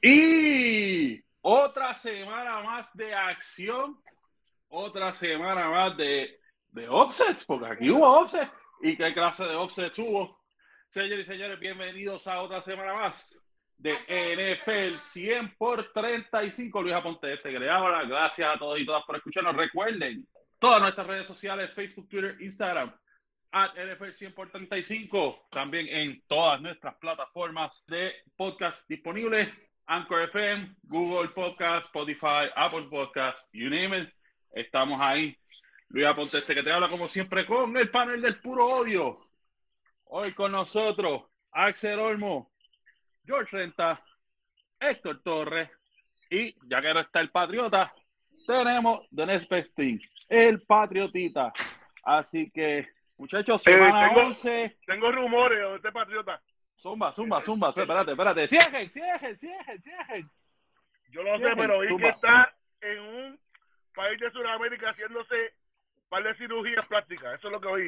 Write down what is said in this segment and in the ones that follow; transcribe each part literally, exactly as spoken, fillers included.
Y otra semana más de acción, otra semana más de, de offsets, porque aquí hubo offsets. ¿Y qué clase de offsets hubo? Señores y señores, bienvenidos a otra semana más de N F L cien por treinta y cinco. Luis Aponte, este que le habla. Gracias a todos y todas por escucharnos. Recuerden, todas nuestras redes sociales, Facebook, Twitter, Instagram, at N F L cien por treinta y cinco. También en todas nuestras plataformas de podcast disponibles. Anchor F M, Google Podcast, Spotify, Apple Podcast, you name it. Estamos ahí. Luis Aponte, este que te habla como siempre con el panel del puro odio. Hoy con nosotros, Axel Olmo, George Renta, Héctor Torres y, ya que no está el Patriota, tenemos Dennis Pestín, el Patriotita. Así que, muchachos, semana eh, tengo, once. Tengo rumores de este Patriota. Zumba, zumba, zumba. Espérate, espérate. Cierren, cierren, cierren, cierren. Yo no sé, pero vi que está en un país de Sudamérica haciéndose un par de cirugías plásticas. Eso es lo que oí.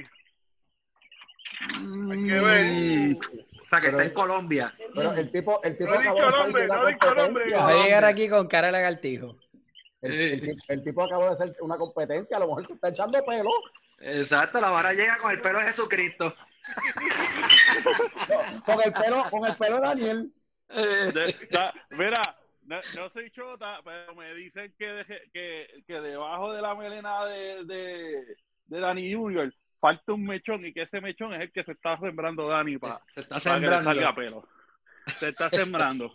Mm. Hay que ver. O sea, que pero, está en Colombia. Pero el tipo, el tipo no acabó de salir de una no competencia. Va a llegar aquí con cara de lagartijo. El, el, el tipo acabó de hacer una competencia, a lo mejor se está echando pelo. Exacto, la vara llega con el pelo de Jesucristo. No, con el pelo, con el pelo de Daniel. Eh, de, da, mira, no, no soy chota, pero me dicen que, de, que, que debajo de la melena de, de, de Dani Junior falta un mechón y que ese mechón es el que se está sembrando Dani para se está pa que le salga pelo. Se está sembrando.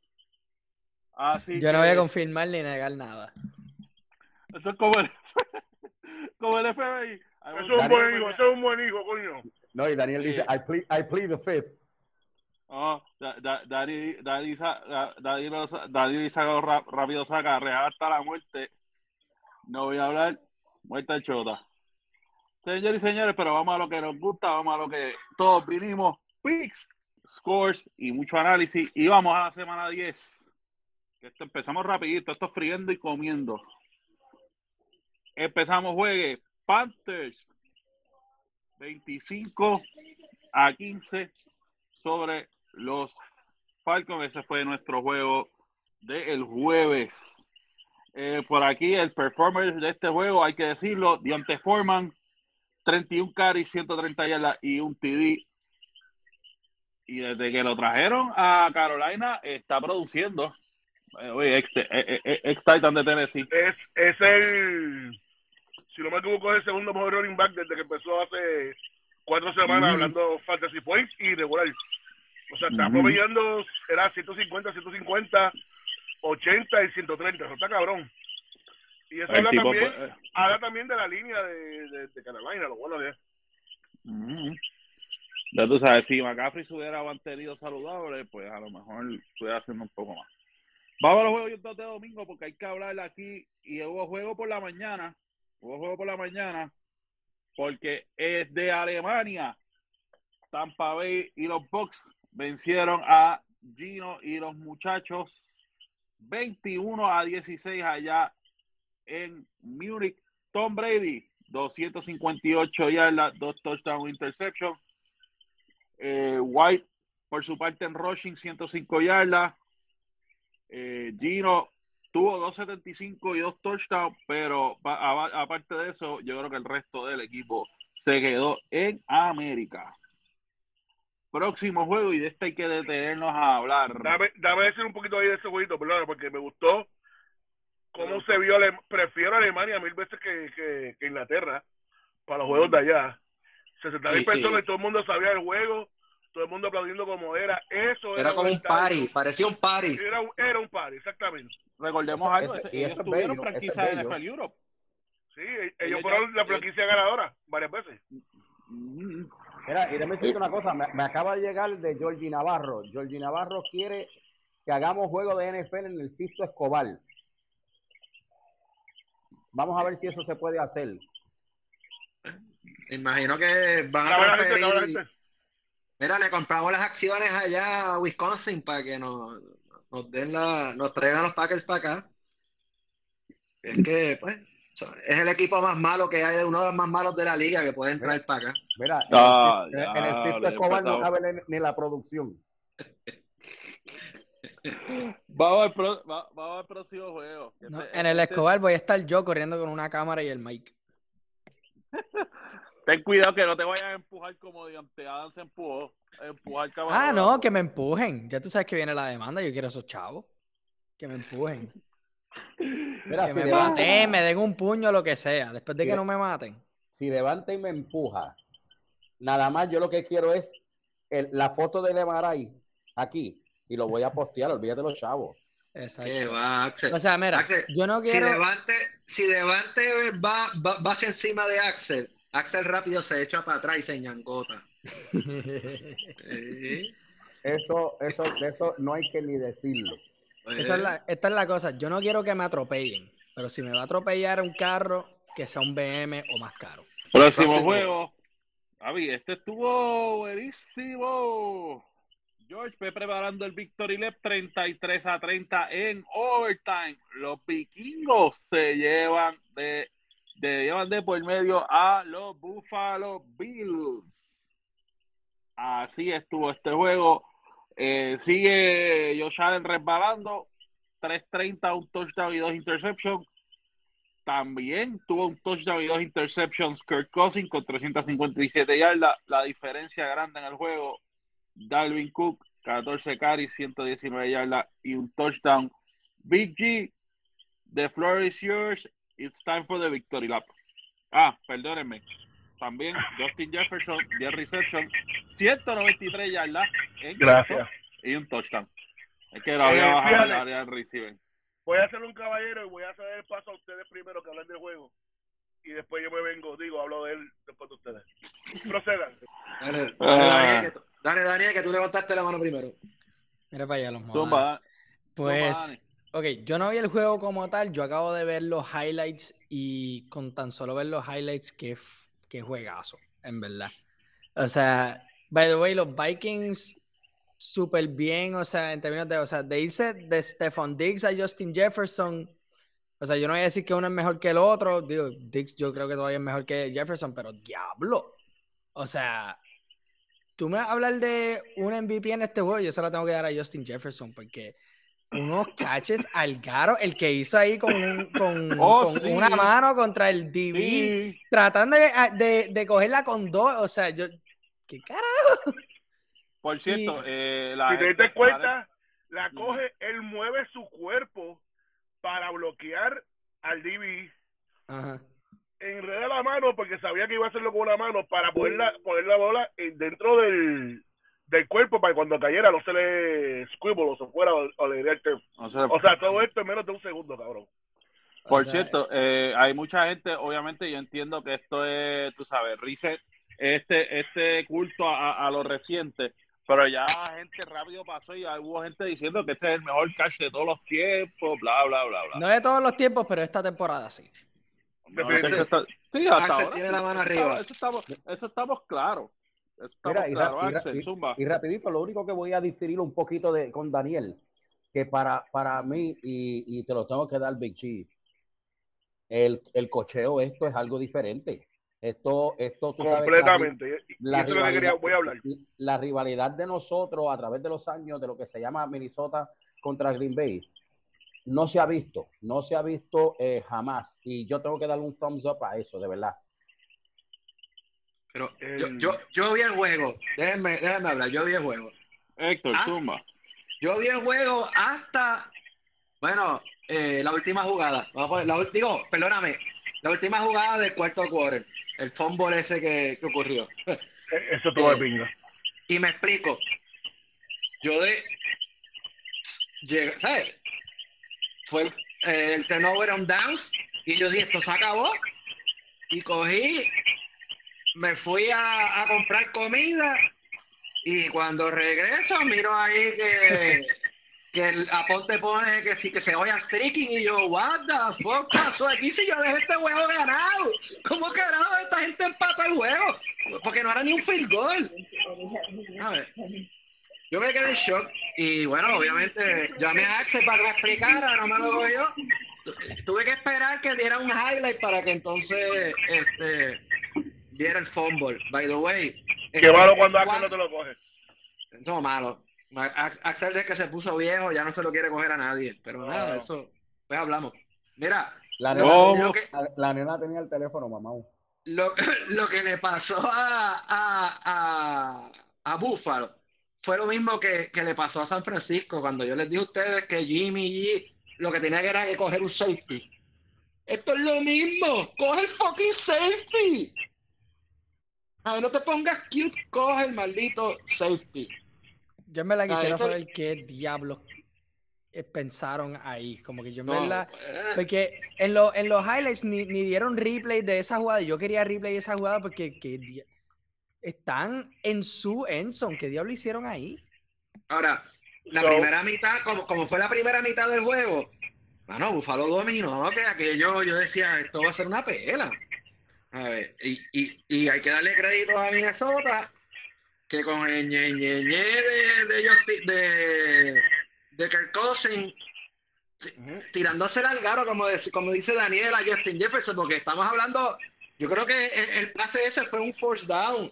Así Yo que, no voy a confirmar ni negar nada. Eso es como el, como el F B I. Eso es un buen hijo, eso es un buen hijo, coño. No, y Daniel dice, I plead, I plead the fifth. Oh, Dani Dani saca rápido, saca real hasta la muerte. No voy a hablar, muerta chota. Señores y señores, pero vamos a lo que nos gusta, vamos a lo que todos vinimos. Picks, scores y mucho análisis. Y vamos a la semana diez. Esto empezamos rapidito, esto es friendo y comiendo. Empezamos juegue. Panthers veinticinco a quince sobre los Falcons. Ese fue nuestro juego del jueves. Eh, por aquí el performer de este juego, hay que decirlo, Dionte Foreman, treinta y uno carries, ciento treinta yardas y un T D. Y desde que lo trajeron a Carolina está produciendo. Eh, oye, ex, ex, ex, ex Titan de Tennessee. Es, es el, si no me equivoco, es el segundo mejor running back desde que empezó hace cuatro semanas mm. hablando fantasy points y regular. O sea, está mm. promediando, era ciento cincuenta, ciento cincuenta, ochenta y ciento treinta. Eso está cabrón. Y eso habla también, pues, habla también de la línea de, de, de Carolina, lo bueno de mm. Ya tú sabes, si McCaffrey se hubiera mantenido saludable, pues a lo mejor estuviera haciendo un poco más. Vamos a los juegos de domingo porque hay que hablar aquí. Y hubo juego por la mañana. Hubo juego por la mañana porque es de Alemania. Tampa Bay y los Bucks vencieron a Gino y los muchachos veintiuno a dieciséis allá en Múnich. Tom Brady, doscientos cincuenta y ocho yardas, dos touchdown interception. Eh, White, por su parte en rushing, ciento cinco yardas. Eh, Gino tuvo doscientos setenta y cinco y dos touchdowns, pero a, a, aparte de eso, yo creo que el resto del equipo se quedó en América. Próximo juego, y de este hay que detenernos a hablar. Dame, dame decir un poquito ahí de ese jueguito, perdón, porque me gustó cómo se vio. Ale- prefiero Alemania mil veces que, que, que Inglaterra para los juegos de allá. sesenta mil sí, personas sí. Y todo el mundo sabía el juego. Todo el mundo aplaudiendo como era. Eso era, era como un party, parecía un party. Era un, era un party, exactamente. Recordemos ese, algo, ese, ellos ese tuvieron bello, franquicia de N F L Europe. Sí, ellos, ellos fueron ya, la franquicia ellos, ganadora varias veces. Mira, y déjame decirte una cosa, me, me acaba de llegar de Georgie Navarro. Georgie Navarro quiere que hagamos juego de N F L en el Sisto Escobar. Vamos a ver si eso se puede hacer. Imagino que van a la preferir... gente, la gente. Mira, le compramos las acciones allá a Wisconsin para que nos, nos den la, nos traigan los Packers para acá. Es que, pues, es el equipo más malo que hay, uno de los más malos de la liga que pueden traer para acá. Mira, ah, en el Sisto Escobar no cabe ni la producción. Vamos al, pro, va, vamos al próximo juego. Este, No, este, en el este, Escobar voy a estar yo corriendo con una cámara y el mic. ten cuidado que no te vayas a empujar como Deontay Adams se empujó. Empujar Ah, no, que me empujen. Ya tú sabes que viene la demanda. Yo quiero esos chavos. Que me empujen. Mira, que si me Devante, maten, me den un puño, lo que sea. Después de Si que de- no me maten. si Devante me empuja, nada más yo lo que quiero es el- la foto del M R I aquí y lo voy a postear, olvídate los chavos. Exacto. ¿Qué va, Axel? O sea, mira, Axel, yo no Si quiero. Devante, si Devante va, va, va hacia encima de Axel, Axel rápido se echa para atrás y se ñangota. Sí. Eso, eso, eso no hay que ni decirlo. Esa es la, esta es la cosa. Yo no quiero que me atropellen. Pero si me va a atropellar un carro, que sea un B M o más caro. Próximo Próximo. juego. Javi, este estuvo buenísimo. George ve preparando el Victory Lap treinta y tres a treinta en overtime. Los vikingos se llevan de, de llevan de por medio a los Buffalo Bills. Así estuvo este juego. Eh, sigue Josh Allen resbalando. tres treinta, un touchdown y dos interceptions. También tuvo un touchdown y dos interceptions Kirk Cousins con trescientas cincuenta y siete yardas. La diferencia grande en el juego, Dalvin Cook, catorce carries, ciento diecinueve yardas y un touchdown. Big G, the floor is yours. It's time for the victory lap. Ah, perdónenme. También Justin Jefferson, diez receptions, ciento noventa y tres yardas en Gracias. y un touchdown. Es que lo había Eh, bajado fíjate. el área del receiver. Voy a hacer un caballero y voy a ceder el paso a ustedes primero que hablan del juego. Y después yo me vengo, digo, hablo de él después de ustedes. Procedan. Dale, Ah. dale, Daniel, que tú, dale, Daniel, que tú levantaste la mano primero. Mira para allá los modanes. Zumba. Pues, ok, yo no vi el juego como tal. Yo acabo de ver los highlights y con tan solo ver los highlights, qué, f- qué juegazo, en verdad. O sea, by the way, los Vikings súper bien, o sea, en términos de, o sea, de irse de Stephon Diggs a Justin Jefferson, o sea, yo no voy a decir que uno es mejor que el otro, digo, Diggs yo creo que todavía es mejor que Jefferson, pero diablo, o sea, tú me vas a hablar de un M V P en este juego, yo se lo tengo que dar a Justin Jefferson, porque unos catches al garo, el que hizo ahí con, un- con, Oh, con sí. una mano contra el D B, Sí. tratando de, de, de cogerla con dos, o sea, yo, ¿qué carajo? Por cierto, Y- eh, la Si te gente- diste cuenta, la Ujú. coge, él mueve su cuerpo para bloquear al D B. Ajá. Enreda la mano porque sabía que iba a hacerlo con una mano para poner la, poner la bola en- dentro del, del cuerpo para que cuando cayera no se le squibble o se fuera o, o le diera el turf. o sea, O sea, todo esto en menos de un segundo, cabrón. por O sea, cierto, eh, hay mucha gente, obviamente yo entiendo que esto es, tú sabes, reset, este, este culto a, a lo reciente, pero ya la gente rápido pasó y hubo gente diciendo que este es el mejor catch de todos los tiempos, bla, bla, bla, bla. no de todos los tiempos, pero esta temporada sí. No, Definitivamente. eso está- sí, hasta Axel ahora. tiene sí, la mano eso arriba. estamos- Eso estamos, eso estamos claros. Eso estamos Mira, y, ra- claros, y ra- Axel, y- zumba. y rapidito, lo único que voy a diferir un poquito de, con Daniel, que para, para mí, y, y te lo tengo que dar, Big G, el, el cocheo, esto es algo diferente. Esto, esto tú sabes que la- Completamente. Y la eso es lo que quería, rivalidad, voy a hablar. la rivalidad de nosotros a través de los años de lo que se llama Minnesota contra Green Bay no se ha visto, no se ha visto eh, jamás. Y yo tengo que darle un thumbs up a eso, de verdad. Pero El- yo, yo, yo vi el juego. Déjenme, déjenme hablar. Yo vi el juego. Héctor, Ah. zumba. Yo vi el juego hasta, bueno, eh, la última jugada. Vamos a poner, la, ul- digo, perdóname, la última jugada del cuarto quarter. El fumble ese que, que ocurrió. Eso tuvo de Eh, pinga. Y me explico. Yo de. Llegué, ¿sabes? Fue el, eh, el turnover on downs. Y yo dije, esto se acabó. Y cogí. Me fui a, a comprar comida. Y cuando regreso, miro ahí que. Que el Aponte pone que sí que se oye streaking. Y yo, what the fuck pasó aquí si yo dejé este juego ganado? ¿Cómo carajo esta gente empata el juego? Porque no era ni un field goal. A ver. Yo me quedé en shock y bueno, obviamente llamé a Axel para que me explicara, no me lo doy yo. Tuve que esperar que diera un highlight para que entonces este, diera el fumble. By the way. Qué este, malo cuando Axel Juan- no te lo coge. No, malo. Axel desde que se puso viejo ya no se lo quiere coger a nadie, pero No. nada, eso, pues hablamos. Mira, La lo, nena, lo que, la, la nena tenía el teléfono, mamá. lo, lo que le pasó a, a, a, a Buffalo fue lo mismo que, que le pasó a San Francisco cuando yo les dije a ustedes que Jimmy G lo que tenía que era que coger un safety. Esto es lo mismo, coge el fucking safety. A ver, no te pongas cute, coge el maldito safety. Yo me la quisiera esto- saber qué diablos eh, pensaron ahí. Como que yo me No, la. eh, Porque en, lo- en los highlights ni, ni dieron replay de esa jugada. Yo quería replay de esa jugada porque que di- están en su endzone. ¿Qué diablos hicieron ahí? Ahora, la So- primera mitad, como, como fue la primera mitad del juego, bueno, Buffalo dominó, que aquello yo decía, esto va a ser una pela. A ver, y, y, y hay que darle crédito a Minnesota, que con el ñe, ñe, ñe de, de, Justin- de, de Kirk Cousins, t- Ujú. tirándose al garo, como, de- como dice Daniel a Justin Jefferson, porque estamos hablando, yo creo que el, el pase ese fue un force down.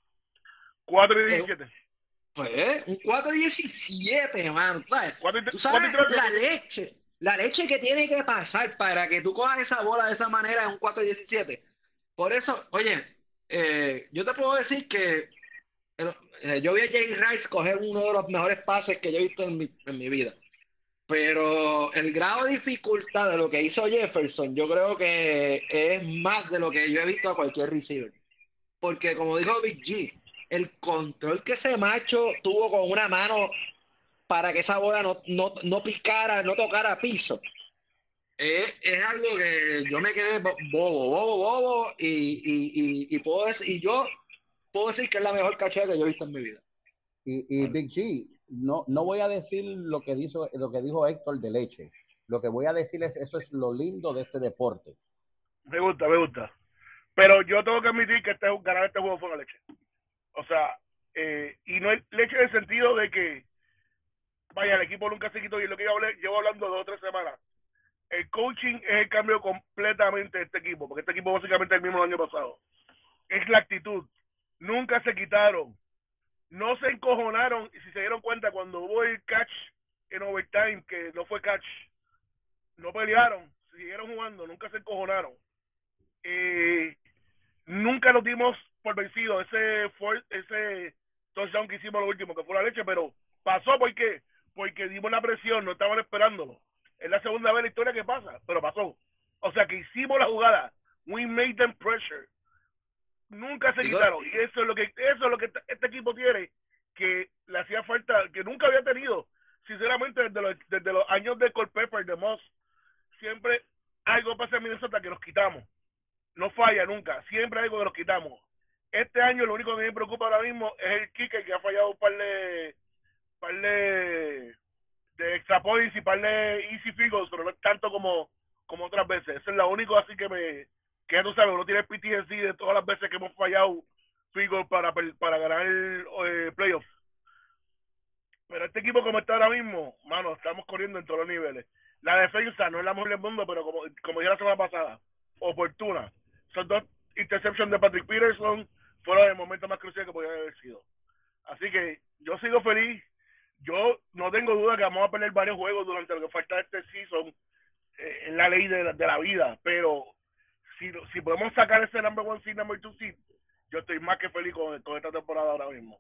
cuatro y Eh, diecisiete. Pues, un cuatro diecisiete, man. ¿Sabes? cuatro y Tú sabes cuatro y tres. la leche, la leche que tiene que pasar para que tú cojas esa bola de esa manera en un cuatro diecisiete. Por eso, oye, eh, yo te puedo decir que eh, yo vi a Jay Rice coger uno de los mejores pases que yo he visto en mi, en mi vida. Pero el grado de dificultad de lo que hizo Jefferson, yo creo que es más de lo que yo he visto a cualquier receiver. Porque como dijo Big G, el control que ese macho tuvo con una mano para que esa bola no, no, no picara, no tocara piso, es, es algo que yo me quedé bo- bobo, bobo, bobo, y, y, y, y puedo decir, y yo puedo decir que es la mejor cachera que yo he visto en mi vida. Y, y Big G, no, no voy a decir lo que, dijo, lo que dijo Héctor de leche. Lo que voy a decir es, eso es lo lindo de este deporte. Me gusta, me gusta. Pero yo tengo que admitir que este, ganar este juego fue una leche. O sea, eh, y no es leche en el sentido de que, vaya, el equipo nunca se quitó, y es lo que yo hablé, llevo hablando dos o tres semanas. El coaching es el cambio completamente de este equipo, porque este equipo básicamente es el mismo del año pasado. Es la actitud. Nunca se quitaron. No se encojonaron, y si se dieron cuenta cuando hubo el catch en overtime, que no fue catch, no pelearon, siguieron jugando, nunca se encojonaron. Eh, nunca nos dimos por vencido. Ese fue ese touchdown que hicimos lo último, que fue la leche, pero pasó. ¿Por qué? Porque dimos la presión, no estaban esperándolo. Es la segunda vez en la historia que pasa, pero pasó. O sea que hicimos la jugada. We made them pressure. Nunca se Digo, quitaron. Y eso es lo que eso es lo que este equipo tiene, que le hacía falta, que nunca había tenido. Sinceramente, desde los, desde los años de Culpepper, de Moss, siempre algo pasa en Minnesota que nos quitamos. No falla nunca, siempre hay algo que nos quitamos. Este año lo único que me preocupa ahora mismo es el kicker, que ha fallado un par de par de, de extra points y par de easy field goals, pero no es tanto como, como otras veces. Eso es lo único así que me, que ya tú sabes, uno tiene el P T S D de todas las veces que hemos fallado field goals para, para ganar el eh, playoff. Pero este equipo como está ahora mismo, mano, estamos corriendo en todos los niveles. La defensa no es la mejor del mundo, pero como, como dije la semana pasada, oportuna. Son dos interceptions de Patrick Peterson, fueron el momento más crucial que podía haber sido. Así que yo sigo feliz. Yo no tengo duda que vamos a perder varios juegos durante lo que falta de este season. Eh, en la ley de, de la vida. Pero si, si podemos sacar ese number one seed, number two seed, yo estoy más que feliz con, con esta temporada ahora mismo.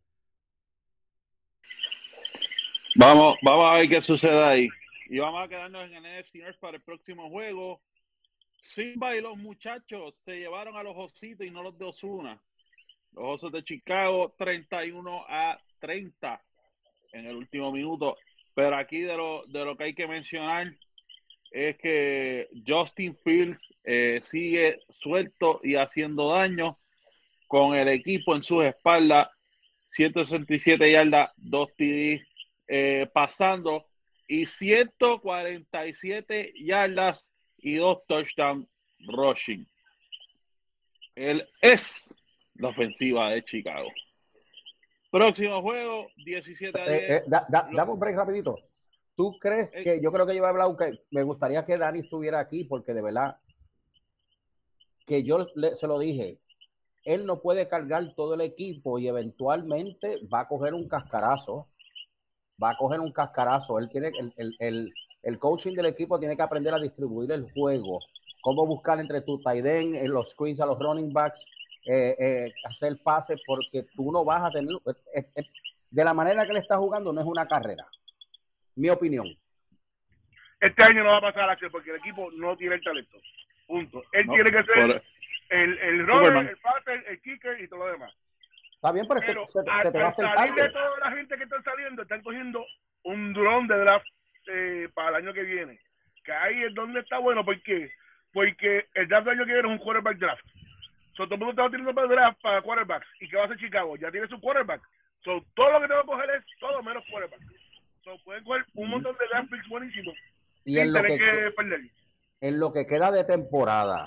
Vamos, vamos a ver qué sucede ahí. Y vamos a quedarnos en el N F C North para el próximo juego. Simba y los muchachos se llevaron a los Ositos y no los de Osuna. Los Osos de Chicago, treinta y uno a treinta en el último minuto. Pero aquí de lo, de lo que hay que mencionar es que Justin Fields eh, sigue suelto y haciendo daño con el equipo en sus espaldas. ciento sesenta y siete yardas, dos T D eh, pasando y ciento cuarenta y siete yardas y dos touchdowns rushing. Él es la ofensiva de Chicago. Próximo juego, diecisiete a diez. Eh, eh, da, da, dame un break rapidito. ¿Tú crees eh, que, yo creo que yo he hablado, que me gustaría que Dani estuviera aquí, porque de verdad, que yo le, se lo dije, él no puede cargar todo el equipo y eventualmente va a coger un cascarazo. va a coger un cascarazo. Él tiene, el, el, el, el coaching del equipo tiene que aprender a distribuir el juego, cómo buscar entre tu tight end, en los screens a los running backs, eh, eh, hacer pases, porque tú no vas a tener, eh, eh, de la manera que le está jugando no es una carrera, mi opinión. Este año no va a pasar a Axel porque el equipo no tiene el talento, punto. Él no, tiene que ser por... el, el runner, el passer, el kicker y todo lo demás. Está bien, pero, pero es que se, a, se te va a hacer salir de toda la gente que está saliendo, están cogiendo un dron de draft eh, para el año que viene. Que ahí es donde está bueno. ¿Por qué? Porque el draft del año que viene es un quarterback draft. So, todo el mundo está tirando para el draft para quarterbacks. ¿Y qué va a hacer Chicago? Ya tiene su quarterback. So, todo lo que te va a coger es todo menos quarterback. So, pueden coger un montón de draft picks buenísimos y sin en lo tener que, que perder. En lo que queda de temporada,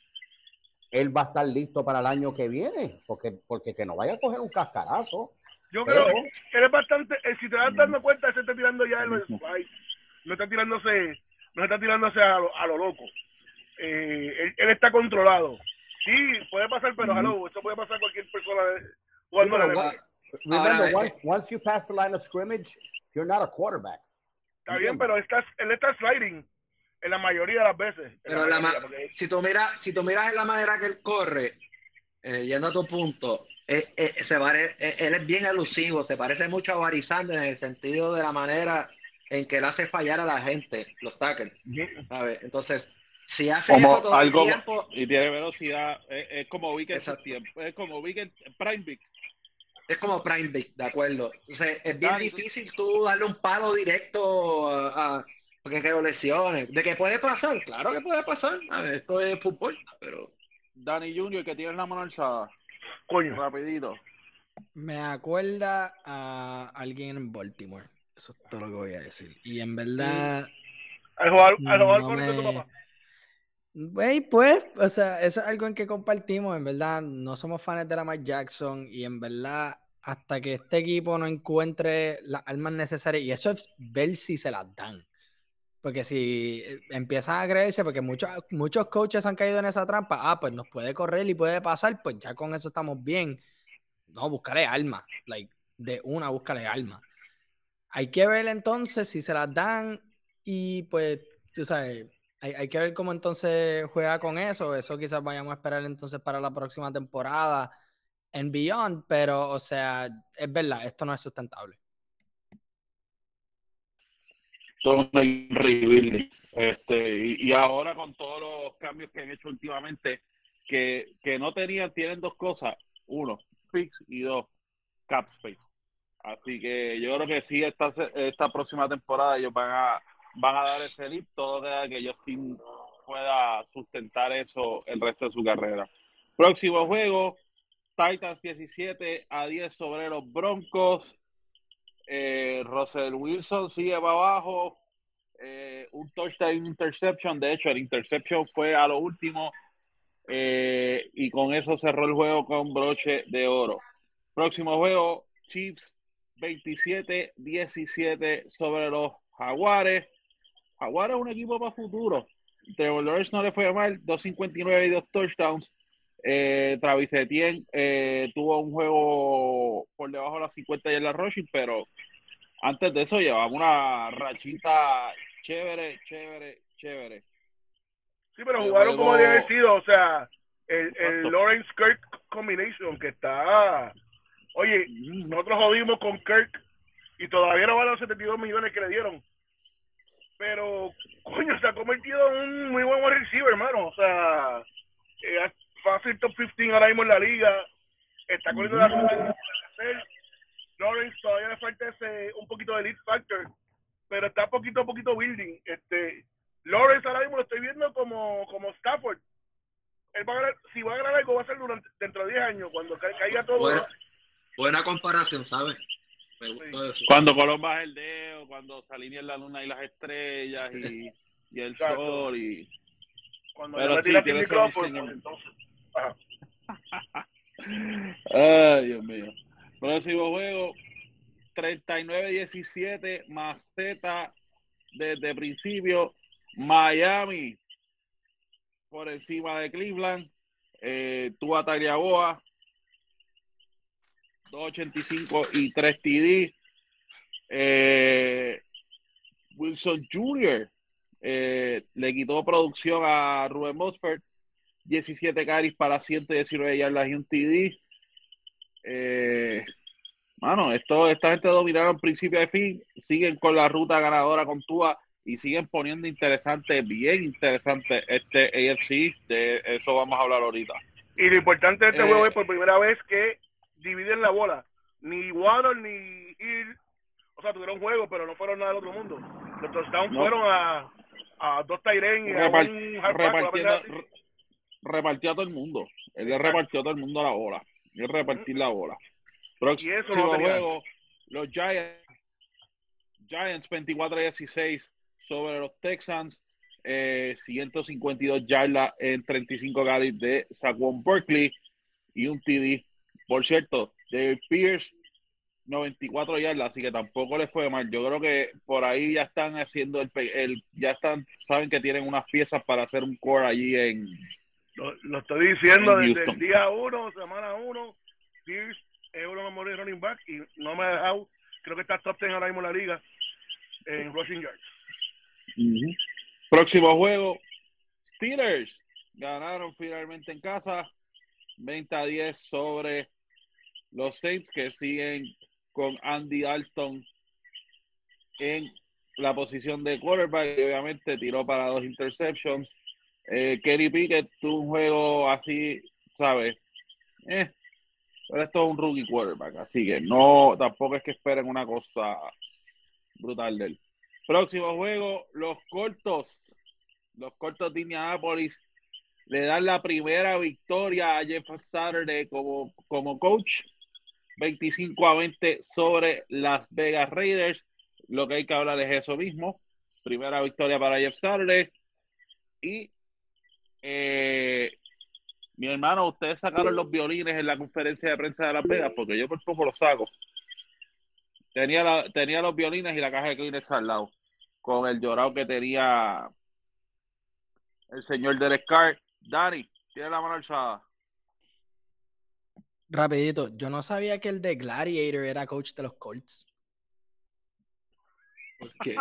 él va a estar listo para el año que viene, porque, porque que no vaya a coger un cascarazo. Yo creo pero... que él es bastante, eh, si te vas dando cuenta, él se está tirando ya en los slides, no está tirándose, no está tirándose a lo, a lo loco. Eh, él, él está controlado. Sí, puede pasar, pero hello, esto puede pasar a cualquier persona jugando sí, la Remember, once, once you pass the line of scrimmage, you're not a quarterback. Está bien, pero estás, él está sliding en la mayoría de las veces. Pero la mayoría, porque... si tú miras, si tú miras en la manera que él corre, eh, yendo a tu punto, eh, eh, se pare, eh, él es bien elusivo, se parece mucho a Barry Sanders en el sentido de la manera en que él hace fallar a la gente, los tackles, ¿sabes? Entonces, si hace como eso todo algo, el tiempo... Y tiene velocidad, es, es como Big en su tiempo, es como Big en Prime Big. Es como Prime Big, de acuerdo. Entonces, es bien Dani, difícil tú darle un palo directo a... a porque que lesiones. ¿De qué puede pasar? Claro que puede pasar. A ver, esto es fútbol, pero... Dani Junior, que tiene la mano alzada. Coño. Rapidito. Me acuerda a alguien en Baltimore. Eso es todo lo que voy a decir. Y en verdad... Al jugar, al jugar no con me... tu papá. Wey, pues, o sea, eso es algo en que compartimos. En verdad, no somos fans de Lamar Jackson. Y en verdad, hasta que este equipo no encuentre las armas necesarias, y eso es ver si se las dan. Porque si empiezan a creerse, porque muchos, muchos coaches han caído en esa trampa, ah, pues nos puede correr y puede pasar, pues ya con eso estamos bien. No, buscaré armas, like, de una, buscaré armas. Hay que ver entonces si se las dan y pues, tú sabes, hay, hay que ver cómo entonces juega con eso. Eso quizás vayamos a esperar entonces para la próxima temporada en Beyond, pero, o sea, es verdad, esto no es sustentable. Son increíbles. Este, y, y ahora con todos los cambios que han hecho últimamente, que, que no tenían, tienen dos cosas. Uno, fix y dos, cap space. Así que yo creo que sí, esta, esta próxima temporada ellos van a, van a dar ese leap, todo de que Justin pueda sustentar eso el resto de su carrera. Próximo juego, Titans diecisiete a diez sobre los Broncos. Eh, Russell Wilson sigue para abajo, eh, un touchdown interception, de hecho el interception fue a lo último eh, y con eso cerró el juego con broche de oro. Próximo juego, Chiefs veintisiete diecisiete sobre los Jaguares. Jaguares es un equipo para futuro. Trevor Lawrence no le fue mal, dos cincuenta y nueve y dos touchdowns. Eh, Travis Etienne eh, tuvo un juego por debajo de las cincuenta y en la rushing, pero antes de eso llevaba una rachita chévere, chévere, chévere. Sí, pero jugaron como debe haber sido, o sea, el, el Lawrence Kirk combination que está, oye, nosotros jodimos con Kirk y todavía no van los setenta y dos millones que le dieron, pero coño, se ha convertido en un muy buen receiver, hermano, o sea, eh, fácil top quince ahora mismo en la liga, está corriendo la ruta de hacer. Lawrence todavía le falta ese un poquito de lead factor, pero está poquito a poquito building. Este Lawrence ahora mismo lo estoy viendo como, como Stafford. Él va a ganar, si va a ganar algo va a ser durante, dentro de diez años, cuando ca caiga todo. Buena, buena comparación, ¿sabes? Me gustó sí. eso. Cuando Colón baja el dedo, cuando se alinean la luna y las estrellas y, y el Exacto. sol y cuando pero le sí, tira el micrófono, pues, entonces. Ajá. Ay, Dios mío. Próximo juego, treinta y nueve diecisiete, Maceta desde principio, Miami por encima de Cleveland, eh, Tua Tagovailoa, dos ochenta y cinco y tres T D. Eh, Wilson junior Eh, le quitó producción a Ruben Mosford, diecisiete carries para ciento diecinueve yardas y un T D. Eh, mano, esto, esta gente dominaron principio de fin, siguen con la ruta ganadora con Tua y siguen poniendo interesante, bien interesante este A F C. De eso vamos a hablar ahorita. Y lo importante de este Eh, juego es por primera vez que dividen la bola. Ni Waddle ni Hill, o sea, tuvieron juego, pero no fueron nada del otro mundo. Los touchdowns No. fueron a, a dos Tyren y Repart, a un halfback. repartiendo, re, repartió a todo el mundo. Él le repartió a todo el mundo la bola. Él repartir la bola. Próximo Y eso no juego, los Giants, Giants veinticuatro a dieciséis sobre los Texans, eh, ciento cincuenta y dos yardas en treinta y cinco carries de Saquon Barkley y un T D. Por cierto, David Pierce, noventa y cuatro yardas, así que tampoco les fue mal. Yo creo que por ahí ya están haciendo el, el ya están, saben que tienen unas piezas para hacer un core allí en Lo, lo estoy diciendo en desde Houston. el día uno, semana uno. Pierce es uno de los running back y no me ha dejado. Creo que está top diez ahora mismo en la liga en rushing yards. Uh-huh. Próximo juego, Steelers ganaron finalmente en casa veinte a diez sobre los Saints, que siguen con Andy Dalton en la posición de quarterback y obviamente tiró para dos interceptions. Eh, Kenny Pickett tuvo un juego así, ¿sabes? Eh, pero esto es un rookie quarterback, así que no, tampoco es que esperen una cosa brutal de él. Próximo juego, los cortos, los cortos de Indianapolis le dan la primera victoria a Jeff Saturday como, como coach, veinticinco a veinte sobre Las Vegas Raiders. Lo que hay que hablar es eso mismo, primera victoria para Jeff Saturday. Y eh, mi hermano, ustedes sacaron los violines en la conferencia de prensa de Las Vegas, porque yo por poco los saco. Tenía, la, tenía los violines y la caja de Kleenex al lado, con el llorado que tenía el señor Derek Carr. Dani, tiene la mano alzada. Rapidito, yo no sabía que el de Gladiator era coach de los Colts. ¿Por qué?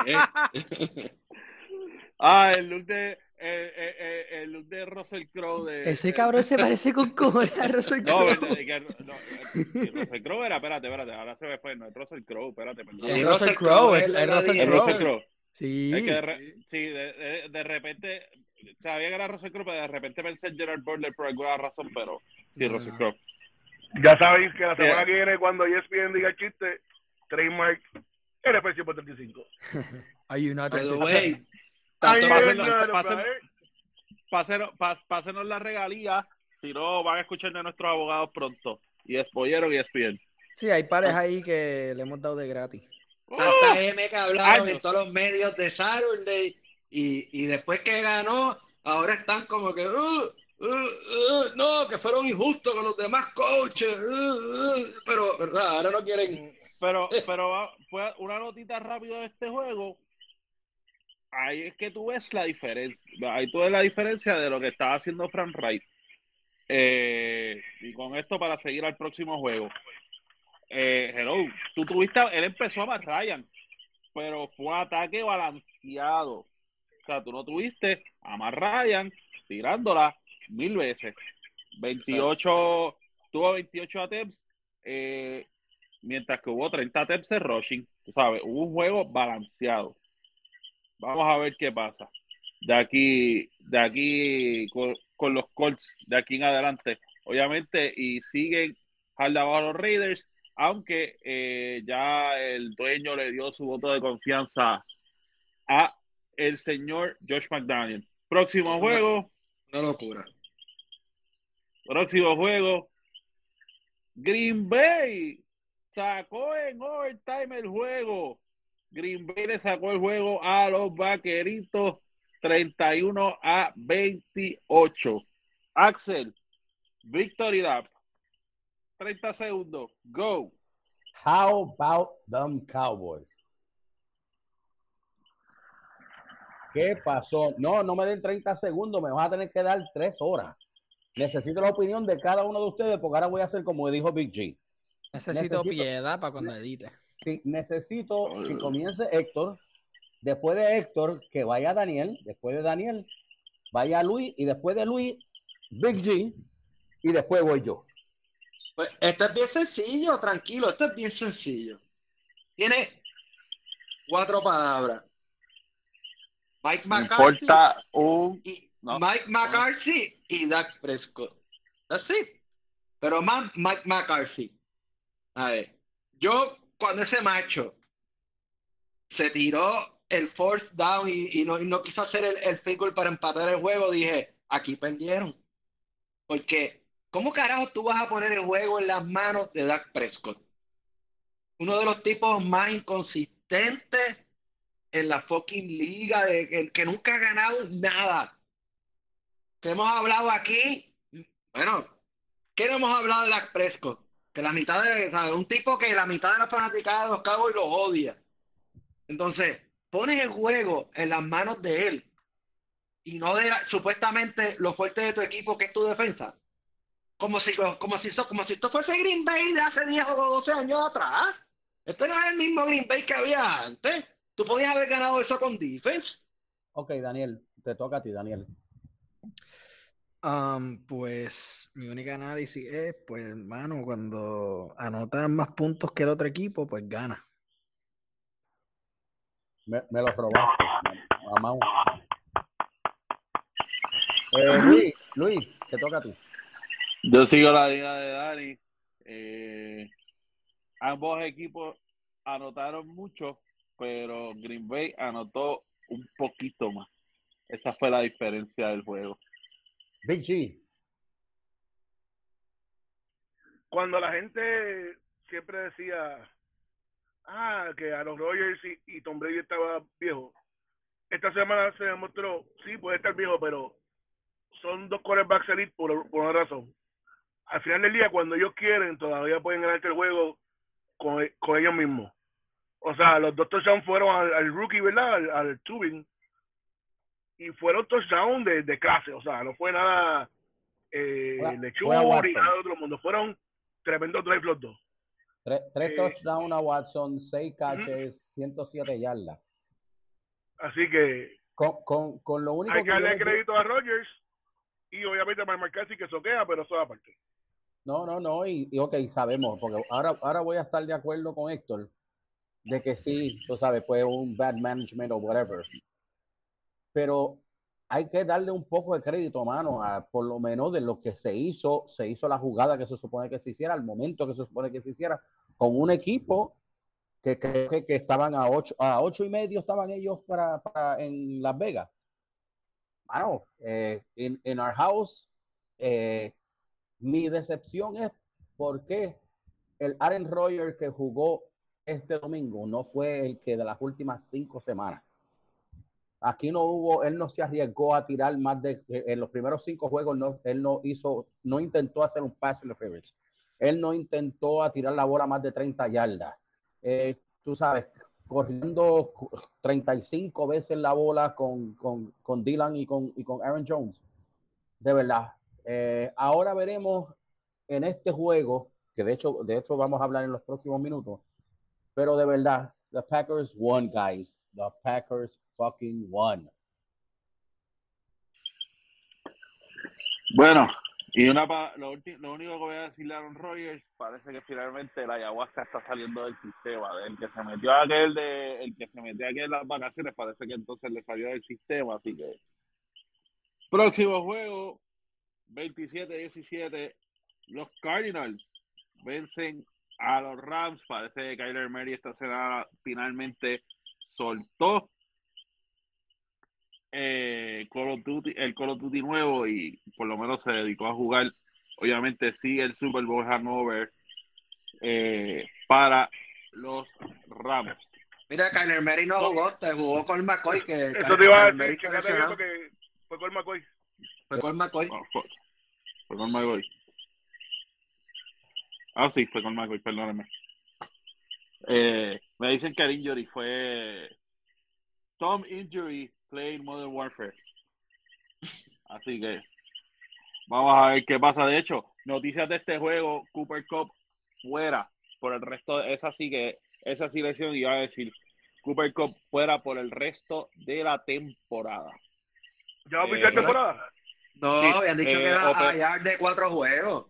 Ah, el look de el, el, el look de Russell Crowe. De, Ese cabrón se parece con cojones a Russell Crowe. No, de, que, no, sí, Russell Crowe era, espérate, espérate, ahora se me fue, no es Russell Crowe, espérate, perdón. Es Russell Crowe, es, es Russell Es Russell Crowe. Sí. Es que de, re, sí, de, de, de repente, sabía que era Russell Crowe, pero de repente pensé en Gerard Butler por alguna razón, pero sí, no, Russell no. Crowe. Ya sabéis que la semana Yeah. que viene, cuando E S P N diga el chiste, trademark N F L ciento treinta y cinco. Are you not By the a- way, Ahí tanto es, pásenlo, claro, pásenlo. ¿eh? Pásenos, pás, pásenos la regalía, si no van a escuchar de nuestros abogados pronto. Y Spollero y E S P N. Sí, hay pares ahí que le hemos dado de gratis. tanta M que hablaron años. en todos los medios de Saturday y, y después que ganó, ahora están como que uh, uh, uh, no, que fueron injustos con los demás coaches, uh, uh, pero ¿verdad? Ahora no quieren. Pero, pero va- fue una notita rápida de este juego. Ahí es que tú ves la diferencia. Ahí tú ves la diferencia de lo que estaba haciendo Frank Wright. Eh, y con esto para seguir al próximo juego. Eh, hello, tú tuviste, él empezó a Matt Ryan, pero fue ataque balanceado. O sea, tú no tuviste a Matt Ryan tirándola mil veces. veintiocho, tuvo veintiocho attempts, eh, mientras que hubo treinta attempts de rushing. Tú sabes, hubo un juego balanceado. Vamos a ver qué pasa. De aquí, de aquí con, con los Colts, de aquí en adelante. Obviamente, y siguen al lado a los Raiders, aunque eh, ya el dueño le dio su voto de confianza a el señor Josh McDaniel. Próximo Una- juego, Una locura. próximo juego. Green Bay sacó en overtime el juego. Green Bay le sacó el juego a los Vaqueritos treinta y uno a veintiocho. Axel, Victory Lap. treinta segundos. Go. How about them Cowboys? ¿Qué pasó? No, no me den treinta segundos, me vas a tener que dar tres horas. Necesito la opinión de cada uno de ustedes porque ahora voy a hacer como dijo Big G. Necesito Necesito- piedad para cuando edite. sí, necesito que comience Héctor, después de Héctor, que vaya Daniel, después de Daniel, vaya Luis, y después de Luis, Big G, y después voy yo. Pues esto es bien sencillo, tranquilo, esto es bien sencillo. Tiene cuatro palabras. Mike No McCarthy, importa un... y No, Mike McCarthy y Dak Prescott. That's it. Pero más Mike McCarthy. A ver, yo cuando ese macho se tiró el fourth down y, y, no, y no quiso hacer el, el field goal para empatar el juego, dije, aquí perdieron. Porque, ¿cómo carajo tú vas a poner el juego en las manos de Dak Prescott? Uno de los tipos más inconsistentes en la fucking liga, de, que, que nunca ha ganado nada. Que hemos hablado aquí, bueno, ¿qué no hemos hablado de Dak Prescott? Que la mitad de, ¿sabes? Un tipo que la mitad de la fanaticada de los Cowboys los odia. Entonces, pones el juego en las manos de él y no de la, supuestamente lo fuerte de tu equipo, que es tu defensa. Como si, como si, como si esto fuese Green Bay de hace diez o doce años atrás. Este no es el mismo Green Bay que había antes. Tú podías haber ganado eso con defense. Ok, Daniel, te toca a ti, Daniel. Um, pues mi única análisis es, pues, hermano, cuando anotan más puntos que el otro equipo, pues gana. Me, me lo robaste, mamá. Eh, Luis, Luis, te toca a ti. Yo sigo la línea de Dani. Eh, ambos equipos anotaron mucho, pero Green Bay anotó un poquito más. Esa fue la diferencia del juego. Big G. Cuando la gente siempre decía, ah, que Aaron Rodgers y, y Tom Brady estaba viejo, esta semana se demostró, sí, puede estar viejo, pero son dos quarterbacks elite por, por una razón. Al final del día, cuando ellos quieren, todavía pueden ganarte el juego con, con ellos mismos. O sea, los dos touchdowns fueron al, al rookie, ¿verdad? Al, al Tubin. Y fueron touchdowns de, de clase. O sea, no fue nada eh, lechura y nada de otro mundo. Fueron tremendos drives los dos. Tres, tres eh, touchdowns a Watson, seis catches, uh-huh. ciento siete yardas. Así que con, con, con lo único hay que darle que crédito a Rodgers y obviamente a Mike McCarthy que soquea, pero eso es aparte. No, no, no, y, y ok, sabemos, porque ahora, ahora voy a estar de acuerdo con Héctor de que sí, tú sabes, fue un bad management o whatever. Pero hay que darle un poco de crédito, mano, a, por lo menos de lo que se hizo, se hizo la jugada que se supone que se hiciera, al momento que se supone que se hiciera, con un equipo que creo que, que estaban a ocho, a ocho y medio estaban ellos para, para en Las Vegas. Mano, eh, en, en our house, eh, mi decepción es porque el Aaron Rodgers que jugó este domingo no fue el que de las últimas cinco semanas. Aquí no hubo, él no se arriesgó a tirar más de, en los primeros cinco juegos, no, él no hizo, no intentó hacer un pass interference. Él no intentó a tirar la bola más de treinta yardas. Eh, tú sabes, corriendo treinta y cinco veces la bola con, con, con Dylan y con, y con Aaron Jones. De verdad. Eh, ahora veremos en este juego, que de hecho, de hecho vamos a hablar en los próximos minutos, pero de verdad, the Packers won, guys. The Packers fucking won. Bueno, y una pa, lo, lo único que voy a decirle a Aaron Rodgers, parece que finalmente la ayahuasca está saliendo del sistema. El que se metió aquel de, el que se metió aquel en las vacaciones, parece que entonces le salió del sistema, así que próximo juego, veintisiete diecisiete, los Cardinals vencen a los Rams. Parece que Kyler Murray esta semana finalmente soltó eh, Call of Duty, el Call of Duty nuevo y por lo menos se dedicó a jugar. Obviamente sí, el Super Bowl hangover eh, para los Rams. Mira, Kyler Murray no jugó, te jugó con McCoy. Que Eso te iba a decir, checate bien porque fue con McCoy. Fue con McCoy. Oh, fue, fue con McCoy. Ah, sí, fue con McCoy, perdónenme. Eh, me dicen que el injury fue Tom Injury Playing Modern Warfare. Así que vamos a ver qué pasa. De hecho, noticias de este juego, Cooper Kupp fuera por el resto de... Es así que esa selección iba a decir Cooper Kupp fuera por el resto de la temporada. ¿Ya va a pisar Eh, temporada? No, Sí, habían dicho eh, que era Ope- a hallar de cuatro juegos.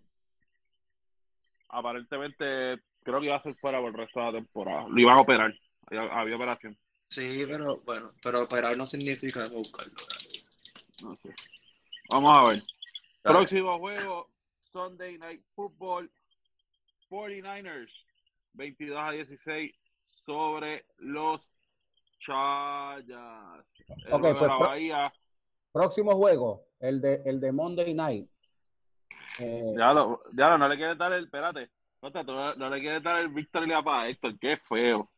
Aparentemente creo que iba a ser fuera por el resto de la temporada. Lo iban a operar. Había, había operación. Sí, pero bueno, pero operar no significa buscarlo. No sé. Vamos a ver. Dale. Próximo juego, Sunday Night Football, cuarenta y nueve ers, veintidós a dieciséis sobre los Chargers. El Ok, juego pues de la pro- Bahía. próximo juego, el de, el de Monday Night. Eh, Ya lo, ya lo, no le quieres dar el, espérate, no, te- no, no le quieres dar el victory para Héctor, qué feo.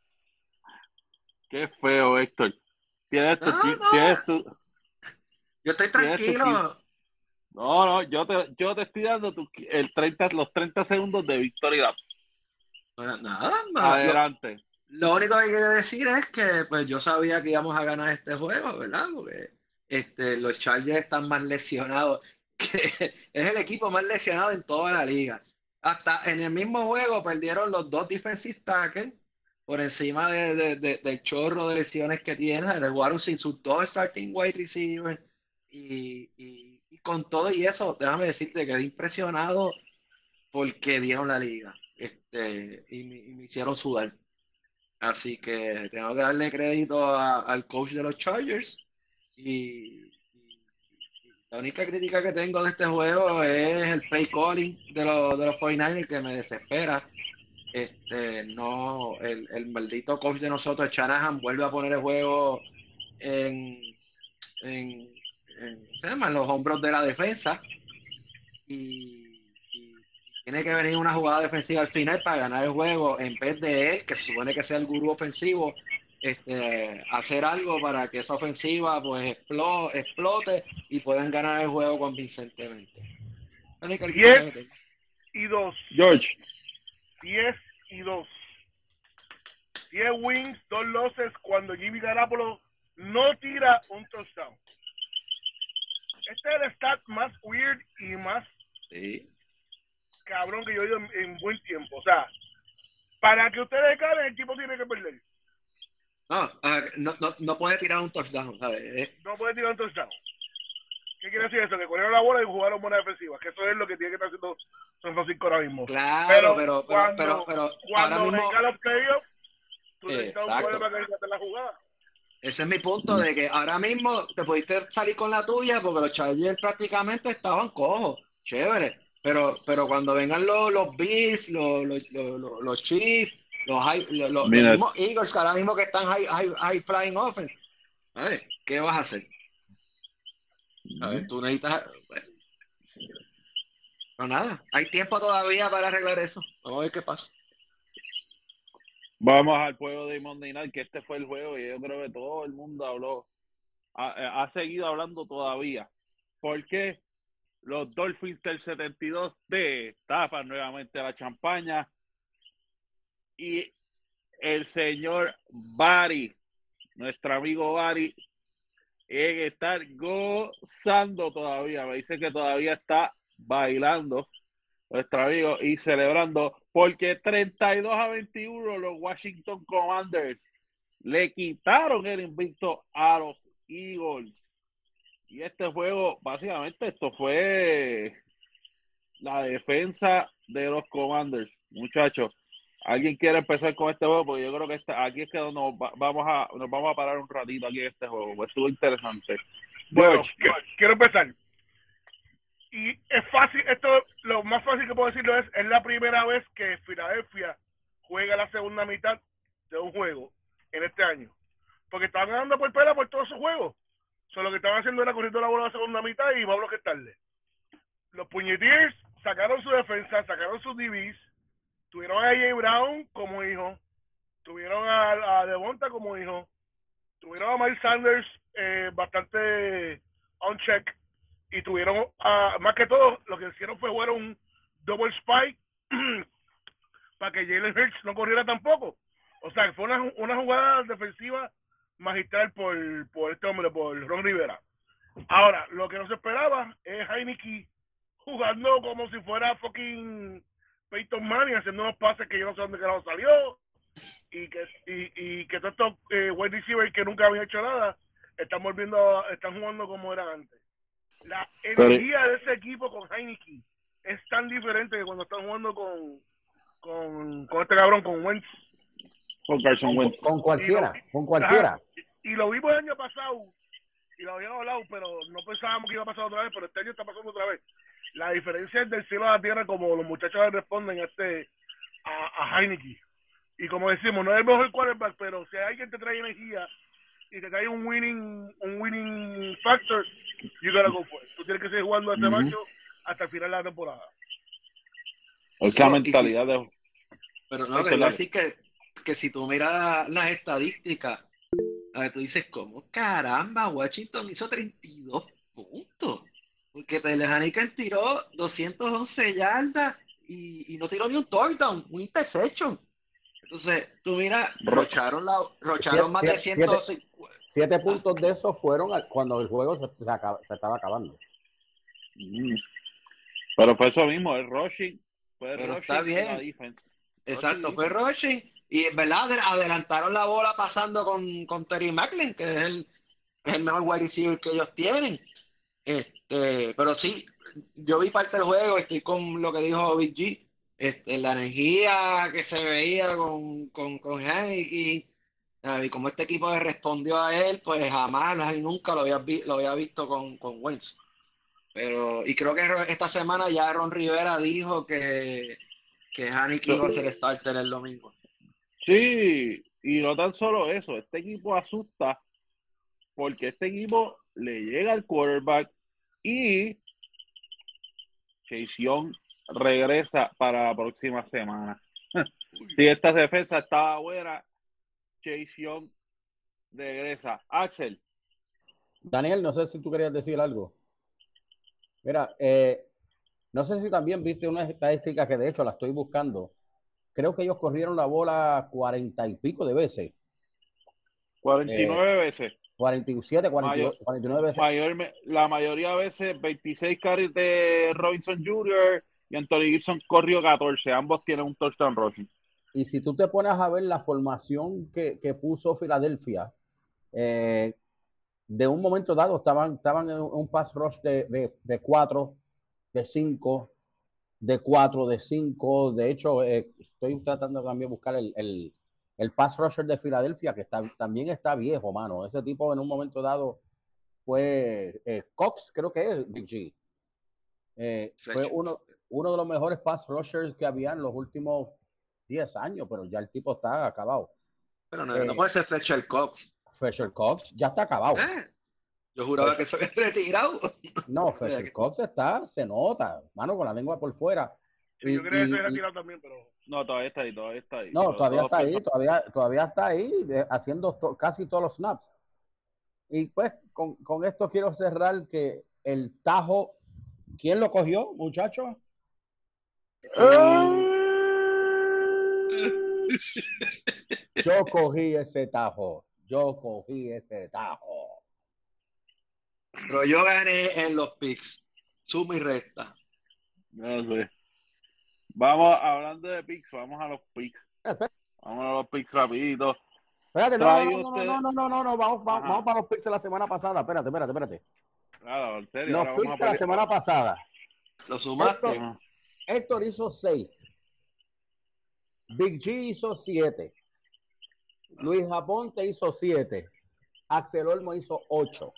Qué feo, Héctor. Tienes tu, No, no, tienes tu, yo estoy tienes tu quince. tranquilo. No, no, yo te, yo te estoy dando tu, el treinta, los treinta segundos de victoria. Bueno, nada, no, lo, Adelante. lo único que quiero decir es que pues yo sabía que íbamos a ganar este juego, ¿verdad? Porque este, los Chargers están más lesionados, que es el equipo más lesionado en toda la liga. Hasta en el mismo juego perdieron los dos defensive tackles por encima de, de- de- del chorro de lesiones que tienen. Le jugaron sin sus dos starting wide receivers. Y, y- y con todo y eso, déjame decirte que quedé impresionado porque dieron la liga, este, y, me, y me hicieron sudar. Así que tengo que darle crédito a- al coach de los Chargers. Y, y- y la única crítica que tengo de este juego es el play calling de los, de los cuarenta y nueve ers que me desespera. Este, no, el, el maldito coach de nosotros, Shanahan, vuelve a poner el juego en, en, en, ¿cómo se llama? En los hombros de la defensa. Y, y tiene que venir una jugada defensiva al final para ganar el juego, en vez de él, que se supone que sea el gurú ofensivo, este, hacer algo para que esa ofensiva pues explo- explote y puedan ganar el juego convincentemente. La única crítica que diez tengo. y dos. George. diez y dos. diez wins, dos losses cuando Jimmy Garoppolo no tira un touchdown. Este es el stat más weird y más Sí. cabrón que yo he oído en, en buen tiempo. O sea, para que ustedes ganen, el tipo tiene que perder. No, ah, no, no, no puede tirar un touchdown, ¿sabes? Eh, No puede tirar un touchdown. ¿Qué quiere decir eso? Que corrieron la bola y jugaron buena defensiva. Que eso es lo que tiene que estar haciendo San Francisco ahora mismo. Claro, pero, pero, cuando, pero, pero cuando ahora mismo, venga los playoffs, tú necesitas un exacto. juego para que te la jugada. Ese es mi punto, de que ahora mismo te pudiste salir con la tuya porque los Chargers prácticamente estaban cojos, chévere, pero, pero cuando vengan los, los Bills, los, los, los, los- los Chiefs, los, high- los, los- los Mira, mismos Eagles que ahora mismo que están high, high, high flying offense, ¿sabes? ¿Qué vas a hacer? A ver, tú necesitas... bueno, no, nada, hay tiempo todavía para arreglar eso. Vamos a ver qué pasa. vamos al juego de Monday Night, que este fue el juego y yo creo que todo el mundo habló, ha, ha seguido hablando todavía. Porque los Dolphins del setenta y dos destapan nuevamente la champaña y el señor Barry, nuestro amigo Barry, en estar gozando todavía. Me dice que todavía está bailando nuestro amigo y celebrando porque treinta y dos a veintiuno los Washington Commanders le quitaron el invicto a los Eagles. Y este juego, básicamente, esto fue la defensa de los Commanders. Muchachos, ¿alguien quiere empezar con este juego? Porque yo creo que esta, aquí es que nos va, vamos a nos vamos a parar un ratito aquí en este juego. Pues estuvo interesante. Bueno, George. quiero, quiero empezar. Y es fácil, esto lo más fácil que puedo decirlo es, es la primera vez que Filadelfia juega la segunda mitad de un juego en este año. Porque estaban ganando por pela por todos esos juegos. Solo lo que estaban haciendo era corriendo la bola a la segunda mitad y vamos a tarde. Los Puñetiers sacaron su defensa, sacaron sus D Bs, tuvieron a A J Brown como hijo, tuvieron a, a Devonta como hijo, tuvieron a Miles Sanders eh, bastante on check, y tuvieron, uh, más que todo, lo que hicieron fue jugar un double spike para que Jalen Hurts no corriera tampoco. O sea, fue una, una jugada defensiva magistral por, por este hombre, por Ron Rivera. Ahora, lo que no se esperaba es Heineke jugando como si fuera fucking Peyton Manning, haciendo unos pases que yo no sé dónde carajo salió. y que y, y que todos estos eh, wide receivers que nunca habían hecho nada están volviendo, están jugando como eran antes. La energía de ese equipo con Heineken es tan diferente que cuando están jugando con con, con este cabrón, con Wentz. Con Carson Wentz. Con, con cualquiera, lo, con cualquiera. Ajá, y, y lo vimos el año pasado, y lo habíamos hablado, pero no pensábamos que iba a pasar otra vez, pero este año está pasando otra vez. La diferencia es del cielo a la tierra, como los muchachos responden a este a, a Heineken. Y como decimos, no es el mejor quarterback, pero si alguien te trae energía y te trae un winning un winning factor, you gotta go for it. Tú tienes que seguir jugando a este Mm-hmm. macho hasta el final de la temporada. Es la mentalidad de... Pero no, que decir que, que si tú miras las estadísticas, a ver, tú dices, ¿cómo caramba Washington hizo treinta y dos puntos? Porque Telejanica tiró doscientas once yardas y, y no tiró ni un touchdown, un interception. Entonces, tú miras, rocharon, la, rocharon más de ciento cincuenta. Siete puntos de esos fueron cuando el juego se, se, acaba, se estaba acabando. Mm. Pero fue eso mismo, el rushing. Fue el Pero rushing está bien. Y la defense. Exacto, rushing fue rushing. Y en verdad adelantaron la bola pasando con, con Terry McLaurin, que es el, es el mejor wide receiver que ellos tienen. Este, pero sí, yo vi parte del juego, estoy con lo que dijo Big G. Este, la energía que se veía con, con, con Henry y como este equipo le respondió a él, pues jamás y nunca lo había, vi, lo había visto con, con Wentz. Pero, y creo que esta semana ya Ron Rivera dijo que, que Haneke iba a ser starter el domingo. Sí, y no tan solo eso, este equipo asusta porque este equipo le llega al quarterback y Chase Young regresa para la próxima semana. Si esta defensa estaba buena, Chase Young regresa. Axel. Daniel, no sé si tú querías decir algo. Mira, eh, no sé si también viste una estadística que de hecho la estoy buscando. Creo que ellos corrieron la bola cuarenta y pico de veces. cuarenta y nueve eh, veces. cuarenta y siete, cuarenta y ocho, Mayor, cuarenta y nueve veces. Mayor, la mayoría de veces veintiséis carries de Robinson junior y Anthony Gibson corrió catorce. Ambos tienen un touchdown rushing. Y si tú te pones a ver la formación que, que puso Filadelfia, eh, de un momento dado estaban, estaban en un pass rush de, de, de cuatro, de cinco, de cuatro, de cinco. De hecho, eh, estoy tratando también de buscar el, el, el pass rusher de Filadelfia, que está, también está viejo, mano. Ese tipo en un momento dado fue eh, Cox, creo que es Big G. Eh, fue uno, uno de los mejores pass rushers que había en los últimos diez años, pero ya el tipo está acabado. Pero no, eh, no puede ser Fletcher Cox. Fletcher Cox ya está acabado. ¿Eh? Yo juraba Fletcher. que se había retirado. No, Fletcher Cox está, se nota, mano, con la lengua por fuera. Sí, y, yo creo que se había retirado también, pero... No, todavía está ahí, todavía está ahí. No, pero todavía está ahí, todavía, todavía está ahí, eh, haciendo to, casi todos los snaps. Y pues, con, con esto quiero cerrar que el tajo, ¿quién lo cogió, muchachos? Yo cogí ese tajo. Yo cogí ese tajo. Pero yo gané en los picks. Suma y resta. No sé. Vamos, hablando de picks, vamos a los picks. Vamos a los picks rapidito. Espérate, no, no, no, no, no, no, no, no, vamos, vamos, vamos para los picks de la semana pasada. Espérate, espérate, espérate. Claro, en serio. Los picks de la semana pasada. Lo sumaste. Héctor, Héctor hizo seis. Big G hizo siete. Luis Aponte hizo siete. Axel Olmo hizo ocho.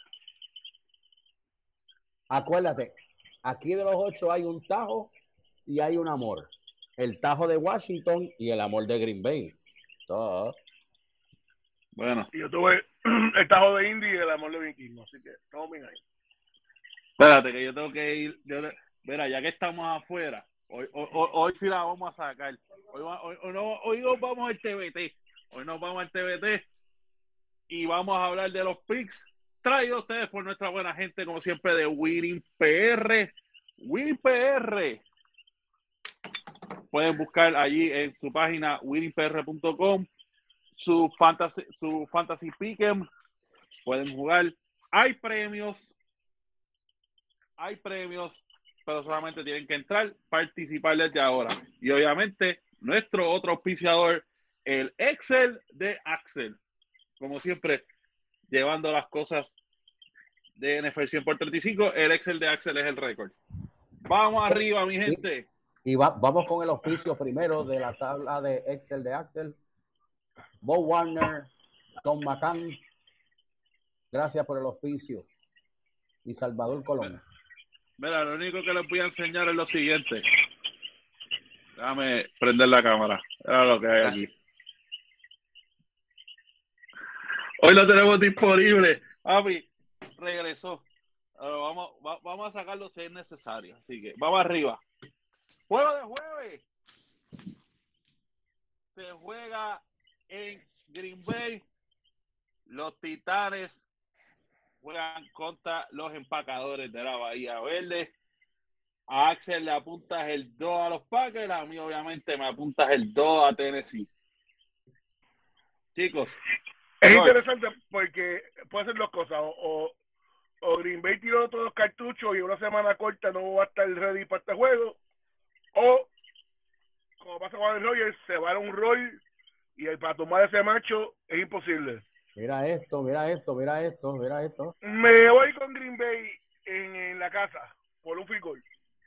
Acuérdate, aquí de los ocho hay un tajo y hay un amor. El tajo de Washington y el amor de Green Bay. Todo. Bueno. Y yo tuve el tajo de Indy y el amor de Vikingo, así que estamos bien ahí. Espérate, que yo tengo que ir. Yo, mira, ya que estamos afuera, hoy, hoy, hoy sí la vamos a sacar. Hoy, hoy, hoy, no, hoy nos vamos al T V T. Hoy nos vamos al T V T y vamos a hablar de los picks traídos ustedes por nuestra buena gente, como siempre, de Winning P R. Winning P R. Pueden buscar allí en su página winning p r punto com su fantasy, su fantasy pick'em. Pueden jugar. Hay premios. Hay premios, pero solamente tienen que entrar, participar desde ahora. Y obviamente, nuestro otro auspiciador, el Excel de Axel. Como siempre, llevando las cosas de N F L cien por treinta y cinco, el Excel de Axel es el récord. Vamos arriba, mi gente. Y, y va, vamos con el auspicio primero de la tabla de Excel de Axel. Bo Warner, Tom McCann, gracias por el auspicio. Y Salvador Colón. Mira, lo único que les voy a enseñar es lo siguiente. Déjame prender la cámara. Era lo que hay aquí. Hoy lo tenemos disponible. Papi, regresó. Ahora vamos, va, vamos a sacarlo si es necesario. Así que vamos arriba. Juego de jueves. Se juega en Green Bay. Los Titanes juegan contra los empacadores de la Bahía Verde. A Axel le apuntas el dos a los Packers. A mí obviamente me apuntas el dos a Tennessee. Chicos. Es interesante porque puede ser dos cosas. O, o, o Green Bay tiró todos los cartuchos y una semana corta no va a estar ready para este juego. O, como pasa con el Rogers, se va a un rol y el, para tomar ese macho es imposible. Mira esto, mira esto, mira esto, mira esto. Me voy con Green Bay en, en la casa por un field goal.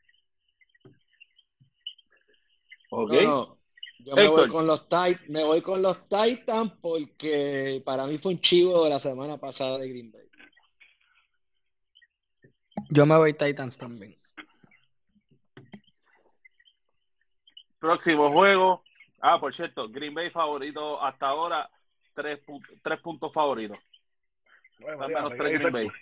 Ok. No, no. Yo me voy con los Titans, me voy con los Titans porque para mí fue un chivo de la semana pasada de Green Bay. Yo me voy Titans también. Próximo juego. Ah, por cierto, Green Bay favorito hasta ahora, tres, tres puntos favoritos. Bueno, al menos tres Green Bay.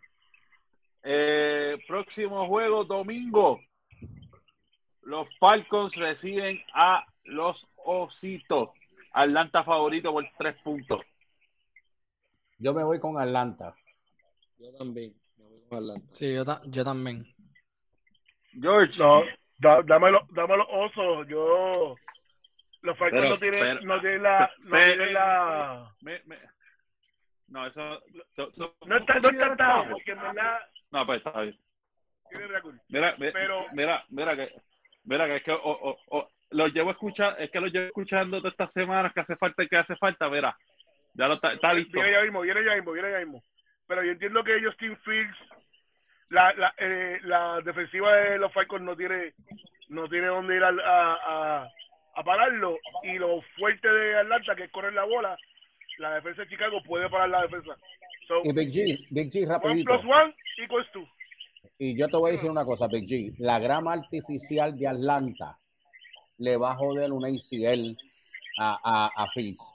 Eh, próximo juego, domingo. Los Falcons reciben a los Ositos. Atlanta favorito por tres puntos. Yo me voy con Atlanta. Yo también. Me voy con Atlanta. Sí, yo, ta yo también. George. No, da, dámelo, dámelo oso. Yo. Los Falcons pero, no tienen pero, no tienen la. No, pero, tienen la... Me, me, no, eso. So, so, no está no está tan, porque en verdad. No, pues está bien. Tiene récord. Mira, pero, mira, mira que. Mira que es que o, o, o, lo llevo escuchando, es que lo llevo escuchando todas estas semanas que hace falta y que hace falta, mira, ya lo está, está listo. Viene ya mismo, viene ya mismo, viene ya mismo. Pero yo entiendo que Justin Fields, la, la, eh, la defensiva de los Falcons no tiene, no tiene dónde ir a, a, a, a pararlo, y lo fuerte de Atlanta, que es correr la bola, la defensa de Chicago puede parar la defensa. So, y Big G, Big G, rapidito. One plus one equals two. Y yo te voy a decir una cosa, Big G. La grama artificial de Atlanta le va a joder un A C L a, a, a Fields.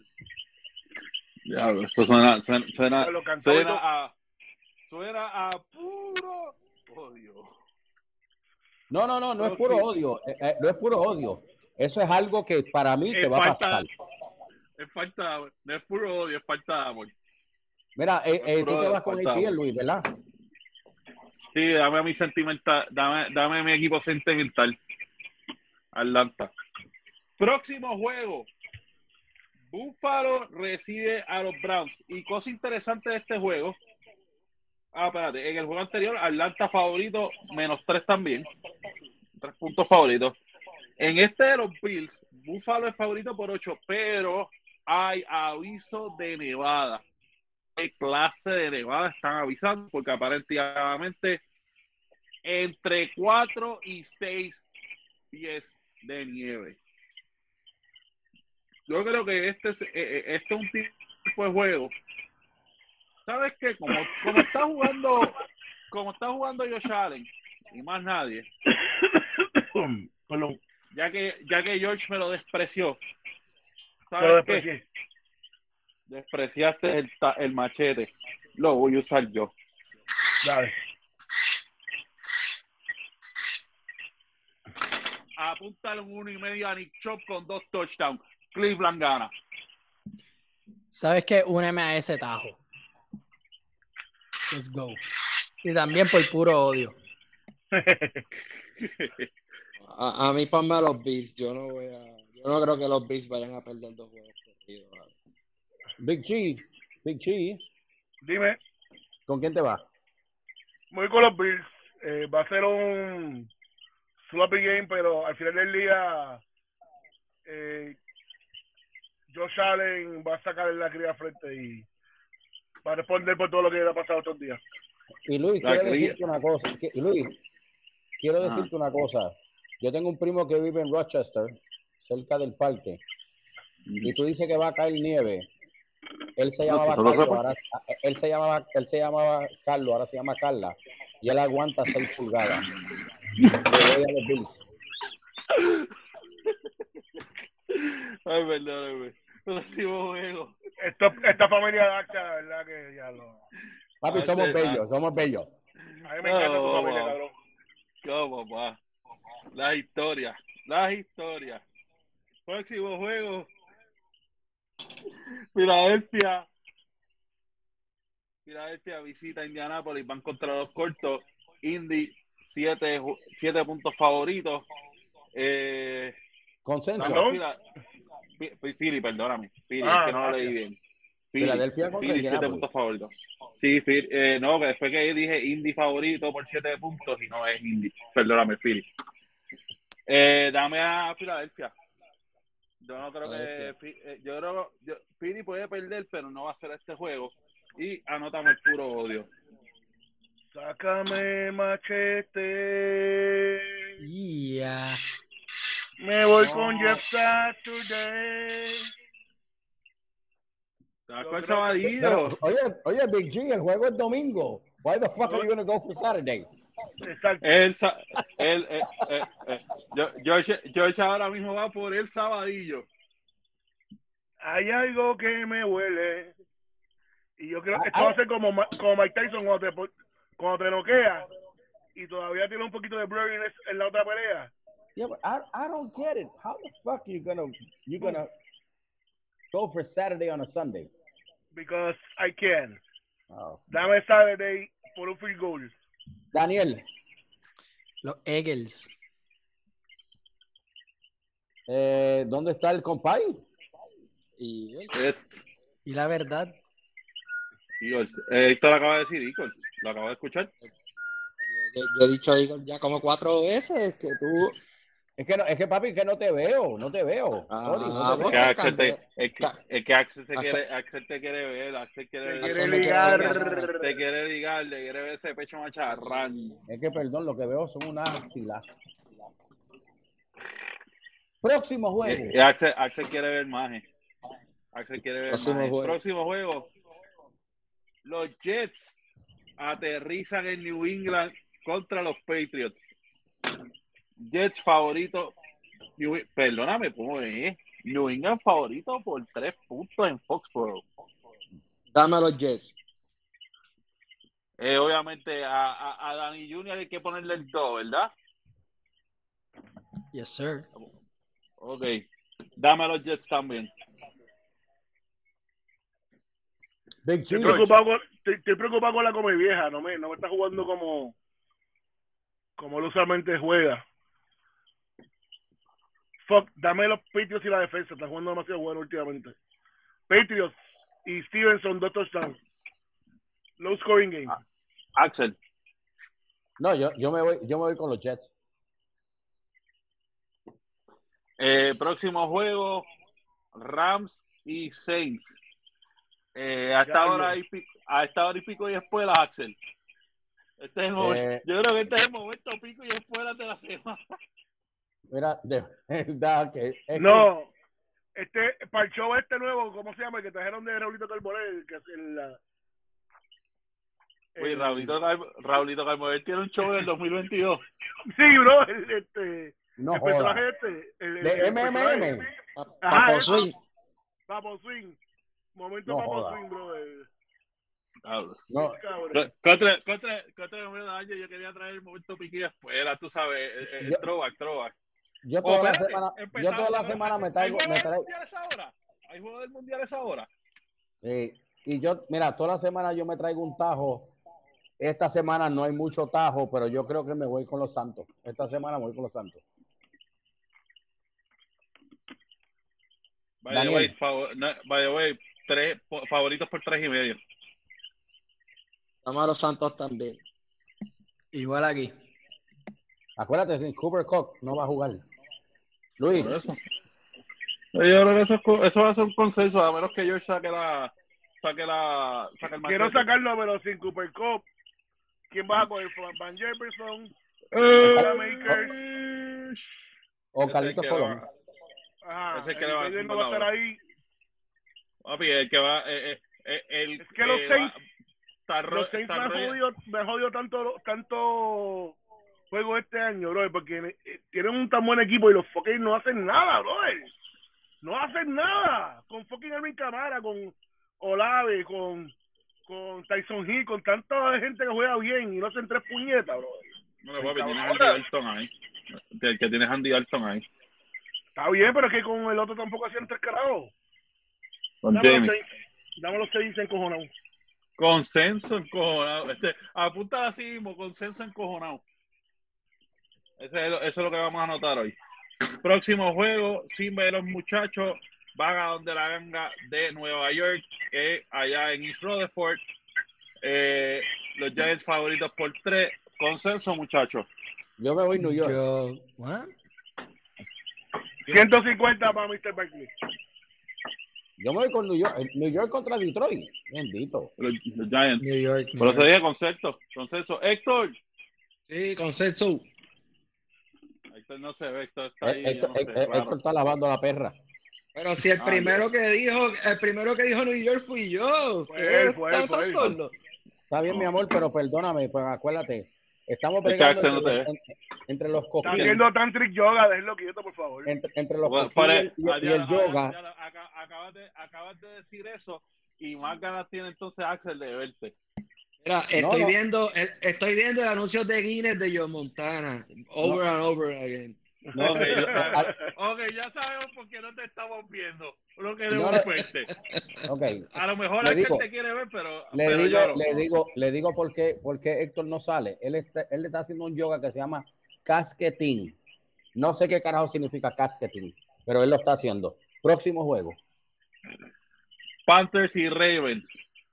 Ya, esto suena, suena, suena, suena, a, suena a puro odio. No, no, no, no es puro odio. Eh, eh, no es puro odio. Eso es algo que para mí te va a pasar. Es falta, no es puro odio, es falta de amor. Mira, eh, eh, tú te vas con A T L, Luis, ¿verdad? Sí, dame a mi sentimental, dame, dame a mi equipo sentimental. Atlanta. Próximo juego. Buffalo recibe a los Browns. Y cosa interesante de este juego. Ah, espérate. En el juego anterior, Atlanta favorito, menos tres también. Tres puntos favoritos. En este de los Bills, Buffalo es favorito por ocho, pero hay aviso de nevada. ¿Qué clase de nevada están avisando? Porque aparentemente entre cuatro y seis pies de nieve. Yo creo que este es, eh, este es un tipo de juego. ¿Sabes qué? Como, como está jugando, como está jugando Josh Allen y más nadie, ya que ya que George me lo despreció, ¿sabes qué? Despreciaste el, el machete. Lo voy a usar yo. Dale. Apúntale un uno y medio a Nick Chubb con dos touchdowns. Cleveland gana. ¿Sabes qué? Úneme a ese tajo. Let's go. Y también por puro odio. a, a mí ponme a los Bills. Yo no voy a. Yo no creo que los Bills vayan a perder dos juegos corridos. Big G, Big G. Dime. ¿Con quién te vas? Voy con los Bills. Eh, va a ser un sloppy game, pero al final del día, eh, Josh Allen va a sacar la cría frente y va a responder por todo lo que le ha pasado estos días. Y Luis, La quiero cría. decirte una cosa. que- y Luis, quiero Ajá. decirte una cosa. Yo tengo un primo que vive en Rochester, cerca del parque, y tú dices que va a caer nieve. Él se No, llamaba tú solo Carlos, sepas. ahora, él se llamaba, él se llamaba Carlos, ahora se llama Carla, y él aguanta seis pulgadas. Le voy a los Bills. Ay, perdóname. Próximo juego. Esto, esta familia de Axa, la verdad que ya lo... Papi, Ah, somos este, bellos, somos bellos. A mí me encanta tu No, familia, wow. cabrón. ¿Cómo, papá? Las historias, las historias. Próximo juego. Filadelfia. Filadelfia visita a Indianápolis, van contra los cortos. Indy, siete, ju- siete puntos favoritos. Eh, Consenso. vamos, Fila- Fi- Fi- Philly, perdóname. Philly, Ah, es que no lo gracias. leí bien. Philly, Filadelfia contra Philly, siete Indianápolis. puntos favoritos. Sí, Philly, eh, no, que después que dije Indy favorito por siete puntos y no es Indy. Perdóname, Philly. Eh, dame a Filadelfia. Yo no creo que. Fi- eh, Yo creo que Philly puede perder, pero no va a ser este juego. Y anótame el puro odio. Sácame machete. Yeah. Me voy No. con Jeff Saturday. ¿Estás Yo con el creo que- sabadillo? Pero, oye, oye, Big G, el juego es domingo. Why the fuck are you gonna go for Saturday? Exacto. El, sa- el, eh, eh, eh, yo, George, George ahora mismo va por el sabadillo. Hay algo que me huele. Y yo creo Ah, que esto ah. va a ser como, Ma- como Mike Tyson cuando te, po- cuando te noquea y todavía tiene un poquito de blurriness en la otra pelea. Yeah, but I, I don't get it. How the fuck are you gonna you gonna go for Saturday on a Sunday? Because I can. Oh. Dame Saturday por un field goal. Daniel, Los Eagles. eh, ¿dónde está el compay? Y Es, Y la verdad, Eagles. Eh, esto lo acaba de decir Eagles. Lo acabo de escuchar. yo, yo he dicho Eagles ya como cuatro veces que tú. Es que no, es que papi, que no te veo, no te veo. Ah, Sorry, no te pues, Que veo. Axel te, es que, Ca- es que Axel, se Axel- quiere, Axel te quiere ver, Axel quiere Te ver, quiere Axel me quiere ligar. te quiere ligar, le quiere ver ese pecho macharrán. Es que perdón, lo que veo son unas axilas. Próximo juego. Y, y Axel, Axel quiere ver más. eh. Axel quiere ver Próximo más. eh. juego. Próximo juego. Los Jets aterrizan en New England contra los Patriots. Jets favorito. New, perdóname, pues, New England favorito por tres puntos en Foxborough. Dame a los Jets. Eh, obviamente a, a, a Danny junior hay que ponerle el dos, ¿verdad? yes, sir. Ok. Dame a los Jets también. Big Estoy G. preocupado con, estoy, estoy preocupado con la come vieja, no me, no me está jugando como como él usualmente juega. Fuck, dame los Patriots y la defensa, está jugando demasiado bueno últimamente. Patriots y Stevenson, dos touchdowns. Low scoring game. Ah. Axel. No, yo, yo, me voy, yo me voy con los Jets. Eh, próximo juego, Rams y Saints. Eh, a, esta Ya, hora ya. y pico, a esta hora y pico y espuelas, Axel. Este es el momento, Eh, yo creo que este es el momento pico y espuelas de la semana. Mira, de verdad que. es No, este, para el show este nuevo, ¿cómo se llama? El que trajeron de Raulito Carbonell, que es el... la- Oye, el- Raulito, Cal- Raulito Calmover tiene un show del dos mil veintidós. Sí, bro, el, este, que no el joda. personaje este. El, el- De el M M personaje. M. Pa- Ajá, Papo eh. Swing. Papo Swing. Momento No Papo joda. Swing, bro. el- No, cabrón. Contra, contra, contra el número de año, yo quería traer el momento pico y espuelas, tú sabes, el, el Yo- throwback, throwback. yo Oh, toda la espérate, semana, yo empezamos, toda la pero semana me ¿hay traigo, juego me del traigo. mundial a esa hora? ¿Hay juego del mundial a esa hora? Sí, y yo, mira, toda la semana yo me traigo un tajo. Esta semana no hay mucho tajo, pero yo creo que me voy con los Santos. Esta semana me voy con los Santos. By the Daniel. way, favor, no, by the way, tres, po- favoritos por tres y medio. Dame a los Santos también. Igual aquí. Acuérdate, si Cooper Cook no va a jugar. Luis, Por eso. Yo creo que eso, es, eso va a ser un consenso, a menos que George saque la... saque la... saque el Quiero machete. sacarlo, pero sin Cooper Cup. ¿Quién vas a coger? Van Jefferson, Eh, Makers. O ese Carlitos es que Colón. Ajá, Ese es que el le va a Vader no tumbar va a la estar bola. ahí. Papi, el que va... Eh, eh, el, Es que los eh, Saints, va- está ro- los Saints está me han ro- jodido, me han jodido tanto, tanto juego este año, bro, porque eh, tienen un tan buen equipo y los fucking no hacen nada, bro. No hacen nada. Con fucking Alvin Kamara, con Olave, con, con Tyson Hill, con tanta gente que juega bien y no hacen tres puñetas, bro. No, papi, tienes a Andy Dalton ahí. Que, que tienes a Andy Dalton ahí. Está bien, pero es que con el otro tampoco hacían tres carajos. Con Dame los Jamie. seis, dame los seis encojonados. Consenso encojonado. Este, apunta así mismo, consenso encojonado. Ese es lo- eso es lo que vamos a anotar hoy. Próximo juego, Simba y los muchachos van a donde la ganga de Nueva York, eh, allá en East Rutherford. Eh, los Giants favoritos por tres. Consenso, muchachos. Yo me voy a New York. Yo, ¿what? ciento cincuenta para mister Barkley. Yo me voy con New York. New York contra Detroit. Bendito. Los, los Giants. New York. New Por eso York. dije consenso. Consenso. Héctor. Sí, consenso. Héctor no se ve. Héctor está ahí. Héctor, yo no sé, Héctor- raro. Héctor está lavando la perra. Pero si el Ah, primero que dijo, el primero que dijo New York fui yo. Fue ¿Qué? él, fue él, ¿Están fue tan él. sordos? Está bien, mi amor, pero perdóname, pues acuérdate. Estamos Es que bregando Axel no entre, te los- en- entre los Está coquillos, haciendo tantric yoga, déjenlo quieto, por favor. entre, entre los Bueno, coquillos pare- y, y allá- el allá- yoga. allá- acá- acabas, de, acabas de decir eso y más ganas tiene entonces Axel de verte. Mira, No, estoy no. viendo, el- estoy viendo el anuncio de Guinness de Joe Montana. Over and over again. No, Ok, no, ya, ok, ya sabemos por qué no te estamos viendo. No queremos No, no. verte. ok. A lo mejor Le Axel digo- te quiere ver, pero. Le pero digo, yo no. le digo, le digo por qué, por qué Héctor no sale. Él está, él está haciendo un yoga que se llama casquetín. No sé qué carajo significa casquetín, pero él lo está haciendo. Próximo juego. Panthers y Ravens.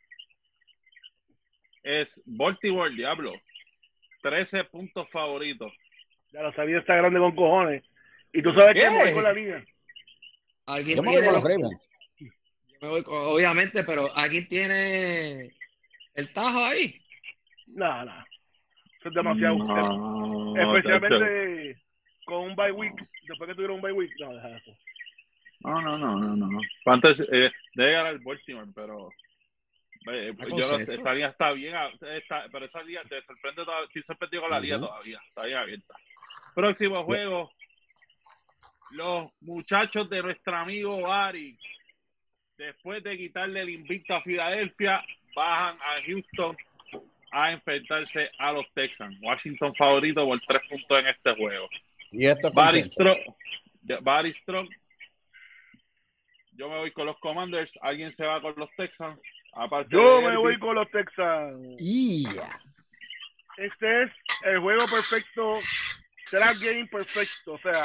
Es Baltimore, diablo. trece puntos favoritos. Ya lo sabía, está grande con cojones. Y tú sabes ¿Qué? que me voy con la línea. Alguien Yo me voy tiene con los los- Ravens. yo me voy con- obviamente, pero aquí tiene el tajo ahí. No, no. Eso es demasiado. No, Especialmente con un bye week. Después que tuvieron un bye week. No, deja eso. No, no, no, no, no. Panthers eh, debe ganar el Baltimore, pero. eh, Ah, yo no sé, consenso. esta liga está bien, está, pero esa liga te sorprende todavía, estoy sorprendido con la liga Ujú. todavía, está bien abierta. Próximo juego, los muchachos de nuestro amigo Ari, después de quitarle el invicto a Filadelfia, bajan a Houston a enfrentarse a los Texans. Washington favorito por tres puntos en este juego. Y esto es Barry consenso. Strong, Barry Strong. Yo me voy con los Commanders, alguien se va con los Texans. Aparte Yo de me Herbie. voy con los Texans. Yeah. Este es el juego perfecto. Trap game perfecto. O sea,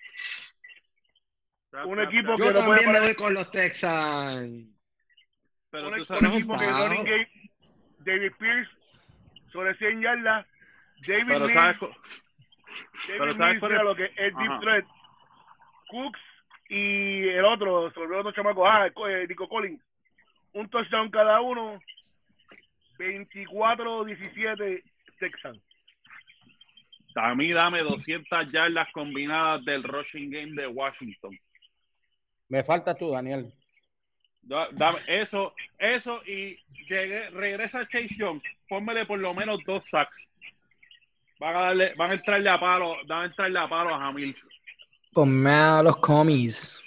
un equipo que Yo no puede también me parar. voy con los Texans. Pero Un, tú un sabes, equipo que Wow. running game. David Pierce sobre cien yardas. David pero Lee. sabes, co- David pero sabes Lee cuál sea es- lo que es Deep Ajá. Threat. Cooks y el otro, sobre el otro chamaco, ah, eh, Nico Collins. Un touchdown cada uno. veinticuatro diecisiete Texans. a mí dame doscientas yardas combinadas del rushing game de Washington. Me falta tú, Daniel. Da- Dame eso, eso y llegué, regresa Chase Young, pónmele por lo menos dos sacks. Van a darle, van a entrarle a palo, van a entrarle a palo a Jamil. Ponme a los comis.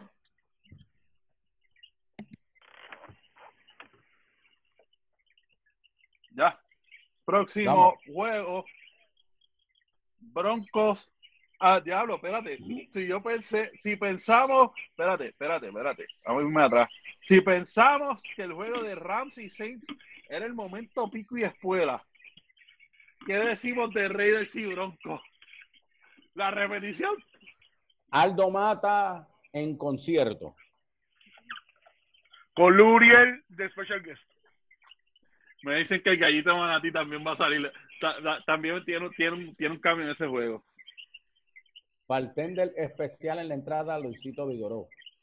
Ya. Próximo Vamos. juego. Broncos. Ah, diablo, espérate. Si yo pensé, si pensamos, espérate, espérate, espérate. Vamos a irme atrás. Si pensamos que el juego de Rams y Saints era el momento pico y espuela, ¿qué decimos de Raiders y Broncos? La repetición. Aldo Mata en concierto. Con Luriel de Special Guest. Me dicen que el gallito Manatí también va a salir. Ta- ta- También tiene, tiene, un- tiene un cambio en ese juego. Bartender especial en la entrada, Luisito Vigoró.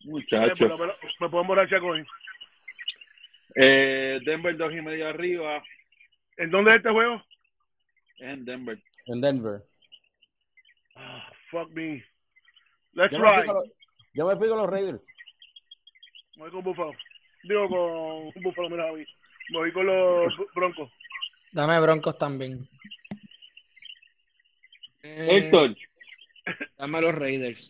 Muchacho. Me, me puedo emborrachar con él. Eh, Denver dos y medio arriba. ¿En dónde es este juego? En Denver. En Denver. Oh, fuck me. Let's Yo ride. me, los, yo me fui con los Raiders. Me voy con Buffalo. Digo con Buffalo, mira, a mí. Me voy con los Broncos. Dame Broncos también. Eh, Héctor. Dame a los Raiders.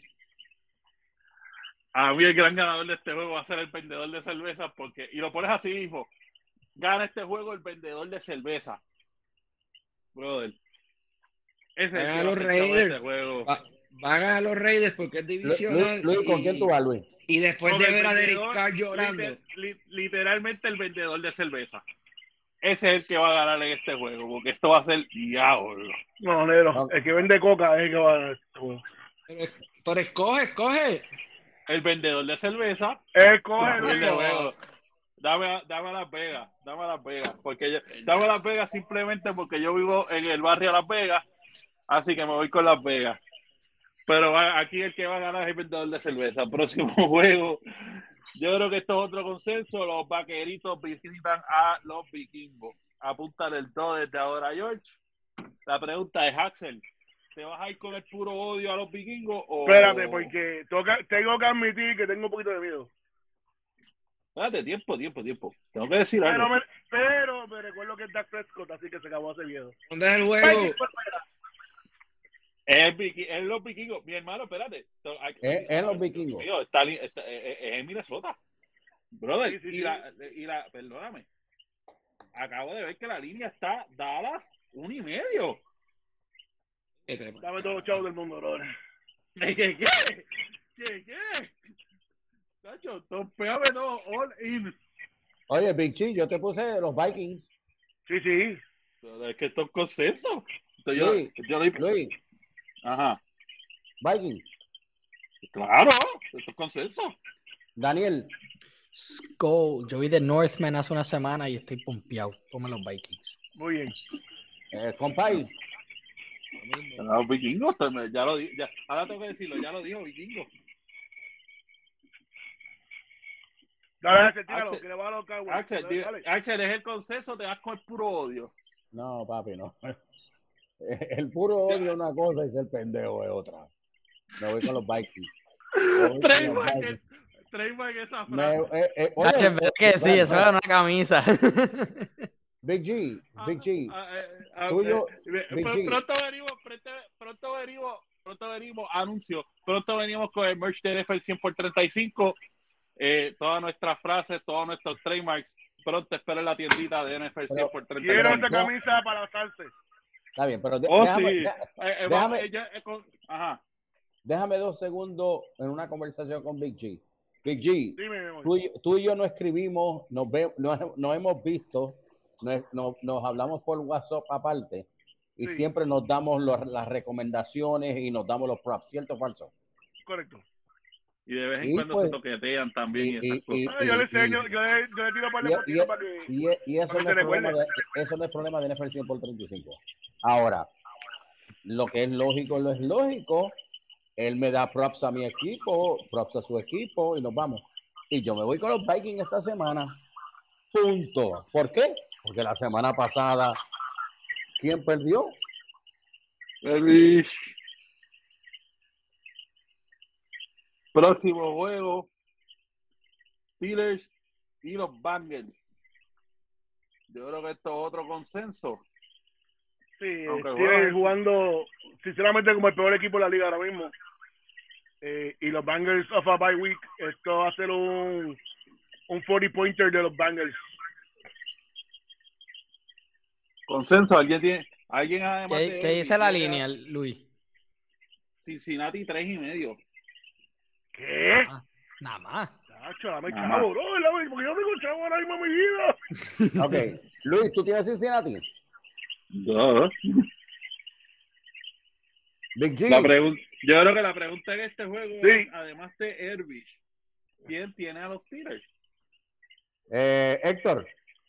A mí el gran ganador de este juego va a ser el vendedor de cerveza porque, y lo pones así mismo, gana este juego el vendedor de cerveza. Brother. Ese Van es a el los que va a hacer Raiders. este juego. Va, van a los Raiders porque es divisional. Luis, Luis, ¿con y, quién tú vas, Luis? y después Con de el ver a Derek vendedor, Carr llorando. liter- li- literalmente el vendedor de cerveza. Ese es el que va a ganar en este juego, porque esto va a ser diablo. No, negro. No. El que vende coca es el que va a ganar este juego. Pero, pero escoge, escoge. El vendedor de cerveza. Él coge y el de el juego. Dame, a- dame a Las Vegas, dame a Las Vegas, porque yo, dame a Las Vegas simplemente porque yo vivo en el barrio de Las Vegas, así que me voy con Las Vegas. Pero va- aquí el que va a ganar es el vendedor de cerveza. Próximo juego, yo creo que esto es otro consenso. Los vaqueritos visitan a los vikingos. Apuntan el dos desde ahora, George. La pregunta es, Axel, ¿te vas a ir con el puro odio a los vikingos o...? Espérate, porque toca, tengo que admitir que tengo un poquito de miedo. Espérate, tiempo, tiempo, tiempo. Tengo que decir Pero algo. me, pero me recuerdo que es Dak Prescott, así que se acabó hace miedo. ¿Dónde es el juego? Es, viki- es los vikingos. Mi hermano, espérate. So, hay- Es, es los vikingos. Mío, está, li- está- es, es en Minnesota. Brother, Sí, sí, y, sí. La, y la, perdóname. Acabo de ver que la línea está Dallas uno y medio. Dame todos los chavos del mundo, brother. ¿Qué, qué? ¿Qué, qué? Tacho, topeame todo, all in. Oye, Big Chin, yo te puse los Vikings. Sí, sí. Pero es que esto es consenso. Entonces, yo, Luis, yo lo- Luis, Ajá. Vikings. Claro, esto es consenso. Daniel, Skull. Yo vi The Northman hace una semana y estoy pompeado. Ponme los Vikings. Muy bien. eh, compay. Los vikingos, ya lo di- ya, ahora tengo que decirlo, ya lo dijo vikingos. Dale, Axel, tíralo, Axel, que le va a los Cowboys. Axel, Dale, di- dale. Axel, es el consenso, te das con el puro odio. No, papi, no. El puro odio es una cosa y ser pendejo es otra. Me voy con los Vikings. Me voy con los Trademark Vikings. es- trademark esa Me- frase. eh, eh, oye, Nacho, es verdad que sí, espera, eso espera. era una camisa. Big G, Big G. Ah, ah, eh, ah, Tuyo, eh, eh, Big pr- G. pronto venimos, pronto, pronto venimos, pronto venimos, anuncio, pronto venimos con el merch de N F L cien por treinta y cinco, eh, todas nuestras frases, todos nuestros trademarks, pronto esperen la tiendita de N F L Pero- cien por treinta y Quiero cinco. esta camisa para salse. Está bien, pero de- Oh, déjame, sí. de- Eh, eh, déjame- va- eh, ya, eh, con- ajá. déjame dos segundos en una conversación con Big G. Big G, Dime, mi amor. tú y, tú y yo no escribimos, nos, ve, nos, nos hemos visto, nos, nos, nos hablamos por WhatsApp aparte y Sí. siempre nos damos los- las recomendaciones y nos damos los props, ¿cierto o falso? Correcto. Y de vez en Y cuando pues- se toquetean también y, y- esas y- cosas. Ah, yo le y- enseño, yo le, yo le tiro para y- el y- para que... Y, y eso, Para no que es se problema recuerde. de, eso no es problema de N F L cien por treinta y cinco. Ahora, lo que es lógico, lo es lógico. Él me da props a mi equipo, props a su equipo y nos vamos. Y yo me voy con los Vikings esta semana. Punto. ¿Por qué? Porque la semana pasada, ¿quién perdió? Feliz. Próximo juego, Steelers y los Bengals. Yo creo que esto es otro consenso. Sí, Aunque sigue juegan- jugando, sinceramente, como el peor equipo de la liga ahora mismo. Eh, y los Bengals of a bye week, esto va a ser un, un forty-pointer de los Bengals. Consenso, alguien tiene, alguien además ¿Qué, de qué él, dice la quiere línea, Luis? Cincinnati tres y medio. ¿Qué? Ah, nada más. Chacho, dame Ajá. chavo, bro, dame, porque yo no tengo chavo ahora mismo en mi vida. Ok. Luis, ¿tú tienes Cincinnati? No. Big G. La pregun- yo creo que la pregunta en este juego Sí. es, además de Herbich, ¿quién tiene a los Steelers? Eh, Héctor.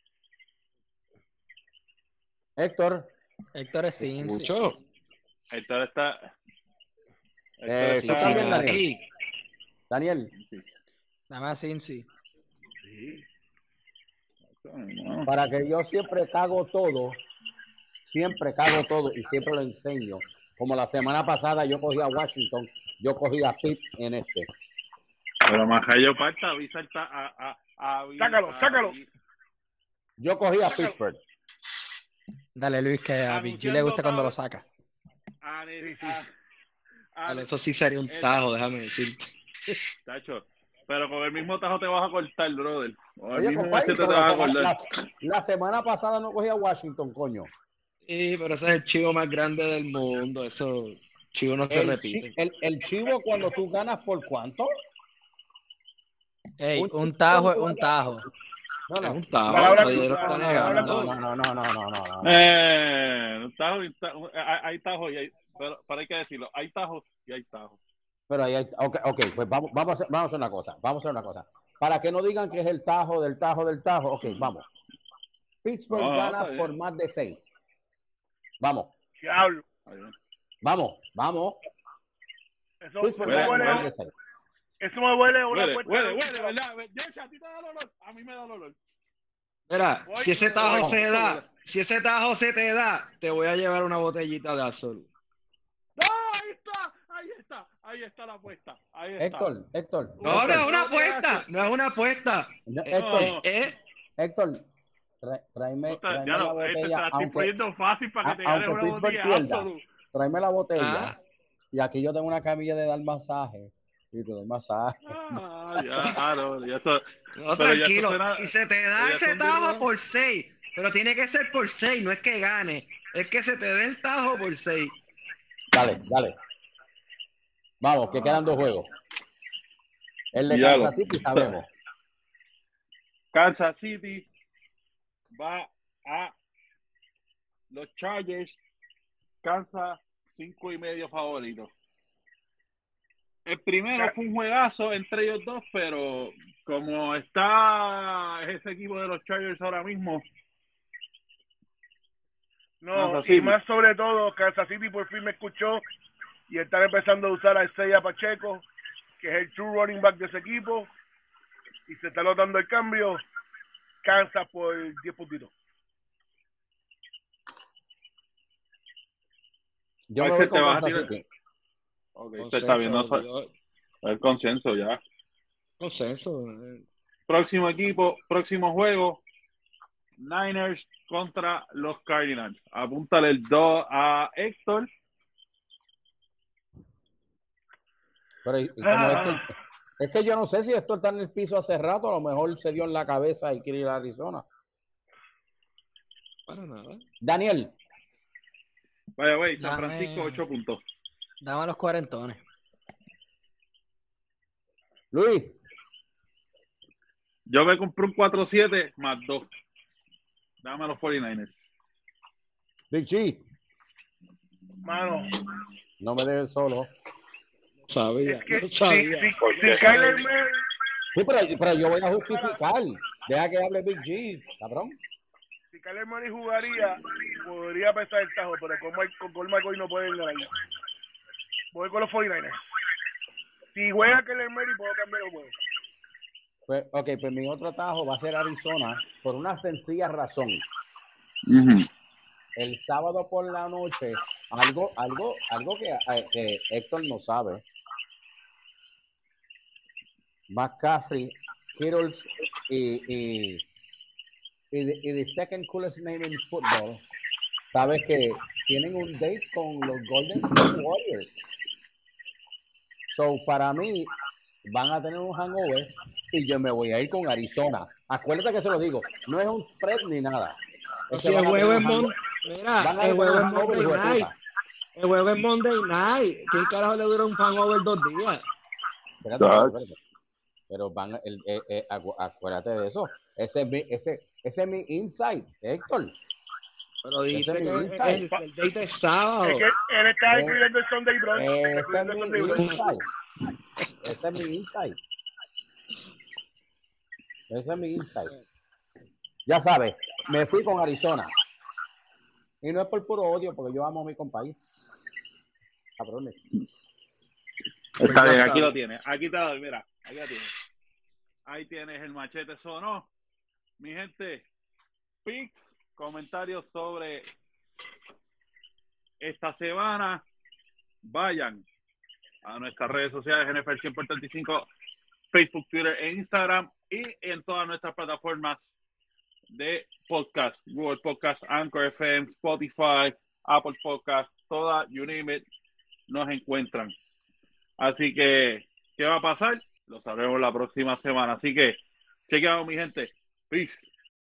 Héctor. Héctor es Cincy. Mucho. Héctor está... Héctor Eh, está- tú también, Daniel. Sí. Daniel. Dame a Cincy. Sí. Para que yo siempre cago todo, siempre cago todo y siempre lo enseño. Como la semana pasada yo cogí a Washington, yo cogí a Pitt en este. Pero Majayo Parta, avisa a, a, a, Sácalo, sácalo. Yo cogí a Pittsburgh. Dale, Luis, que a Big G le gusta cuando lo saca. A, a, a, a, eso sí sería un tajo, déjame decir. Tacho, pero con el mismo tajo te vas a cortar, brother. Con Oye, el mismo compadre, te la, vas a semana, cortar. la, la semana pasada no cogí a Washington, coño. Sí, pero ese es el chivo más grande del mundo. Eso, chivo no se el repite. Chi, el, el chivo cuando tú ganas, ¿por cuánto? Ey, un, un tajo es un tajo. No, no. Es un tajo. Palabra, no, palabra, no, no, no, no, no, no, no, no. Eh, un tajo, tajo, hay tajos y hay, pero, pero hay que decirlo, hay tajos y hay tajos. Pero ahí hay, ok, ok, pues vamos, vamos, a hacer, vamos a hacer una cosa, vamos a hacer una cosa. Para que no digan que es el tajo del tajo del tajo, ok, vamos. Pittsburgh no, gana no, por más de seis. Vamos. Diablo. Vamos, vamos. Eso, Pittsburgh eso, gana por huele, más de seis. Eso me huele una huele, puerta. Huele, huele, ¿verdad? Yoshi, a ti te da dolor. A mí me da dolor. Mira, Voy, si ese tajo voy, se voy. da, si ese tajo se te da, te voy a llevar una botellita de azul. ¡No! Ahí está, ahí está, ahí está la apuesta. Ahí está. Héctor, Héctor. No, Héctor, no es una apuesta, no es una apuesta. No, Eh, Héctor, eh, eh. Héctor, tra, tráeme, No te, tráeme ya la no, botella. te la estoy aunque, poniendo fácil para que te aunque ganes una Pittsburgh botella pierda, absoluta. tráeme la botella. Ah. Y aquí yo tengo una camilla de dar masaje. Y te doy masaje. Ah, ya, ah, no, ya eso, No, pero ya tranquilo, eso suena- si se te da ya ese son tajo dinero. por seis, pero tiene que ser por seis, no es que gane, es que se te dé el tajo por seis. Dale, dale. Vamos, que quedan dos juegos. El de Ya Kansas lo- City sabemos. Kansas City va a los Chargers. Kansas cinco y medio favoritos. El primero fue un juegazo entre ellos dos, pero como está ese equipo de los Chargers ahora mismo, No, Kansas y City. más sobre todo, Kansas City por fin me escuchó y están empezando a usar a Isaiah Pacheco, que es el true running back de ese equipo, y se está notando el cambio. Kansas por diez puntitos. Yo me Axel, voy te con vas a Kansas tirar- City. ok, usted está bien, no Consenso, el consenso ya. consenso. eh. Próximo equipo, próximo juego, Niners contra los Cardinals. Apúntale el dos a Héctor. Pero y, y como Ah. Héctor, es que yo no sé si Héctor está en el piso hace rato, a lo mejor se dio en la cabeza y quiere ir a Arizona. Para nada. Daniel, Vaya, güey, San Dame- Francisco, ocho puntos. Dame a los cuarentones. Luis, Yo me compré un cuatro siete más dos. Dame a los cuarenta y nueve ers. Richie, Mano, no me dejes solo. Sabía, es que no si, sabía. si, si Kyler Murray, Sí, pero, pero yo voy a justificar. Deja que hable Big G, cabrón. si Kyler Murray jugaría, podría pesar el tajo, pero con, Mike, con Colt McCoy no pueden ganar. Voy con los cuarenta y nueve ers. Si juega Kyler Murray, puedo cambiar el juego. Pues, ok, pues mi otro atajo va a ser Arizona por una sencilla razón. Uh-huh. El sábado por la noche, algo, algo, algo que, eh, que Héctor no sabe. McCaffrey, Kittle y, y, y, the, y the second coolest name in football, sabes que tienen un date con los Golden State Warriors. So, para mí, van a tener un hangover y yo me voy a ir con Arizona. Acuérdate que se lo digo, no es un spread ni nada. Es que Si el van a juego tener es un Mon- hangover. Mira, Van a el tener juego un es hangover, Monday hijo de night. puta. El juego es Monday night. ¿Quién carajo le dura un hangover dos días? Espérate, espérate, espérate. Pero van, el, eh, eh, acu- acuérdate de eso. Ese es mi, ese, ese es mi insight, Héctor. Pero dijiste Ese es que mi el, insight. el date es sábado. Es que él está Eh, incluyendo el Sunday Brunch. Está Ese es incluyendo el Sunday mi Brunch. insight. Ese es mi insight. Ese es mi insight. Ya sabes, me fui con Arizona. Y no es por puro odio, porque yo amo a mi compañero. Cabrones. Está bien, aquí lo tienes. Aquí te doy, mira. Aquí lo tienes. Ahí tienes el machete sonó. Mi gente, pics, comentarios sobre esta semana. Vayan a nuestras redes sociales, N F L ciento cuarenta y cinco, Facebook, Twitter e Instagram, y en todas nuestras plataformas de podcast, Google Podcast, Anchor F M, Spotify, Apple Podcast, todas, you name it, nos encuentran. Así que, ¿qué va a pasar? Lo sabremos la próxima semana. Así que, chequeamos, mi gente. Peace.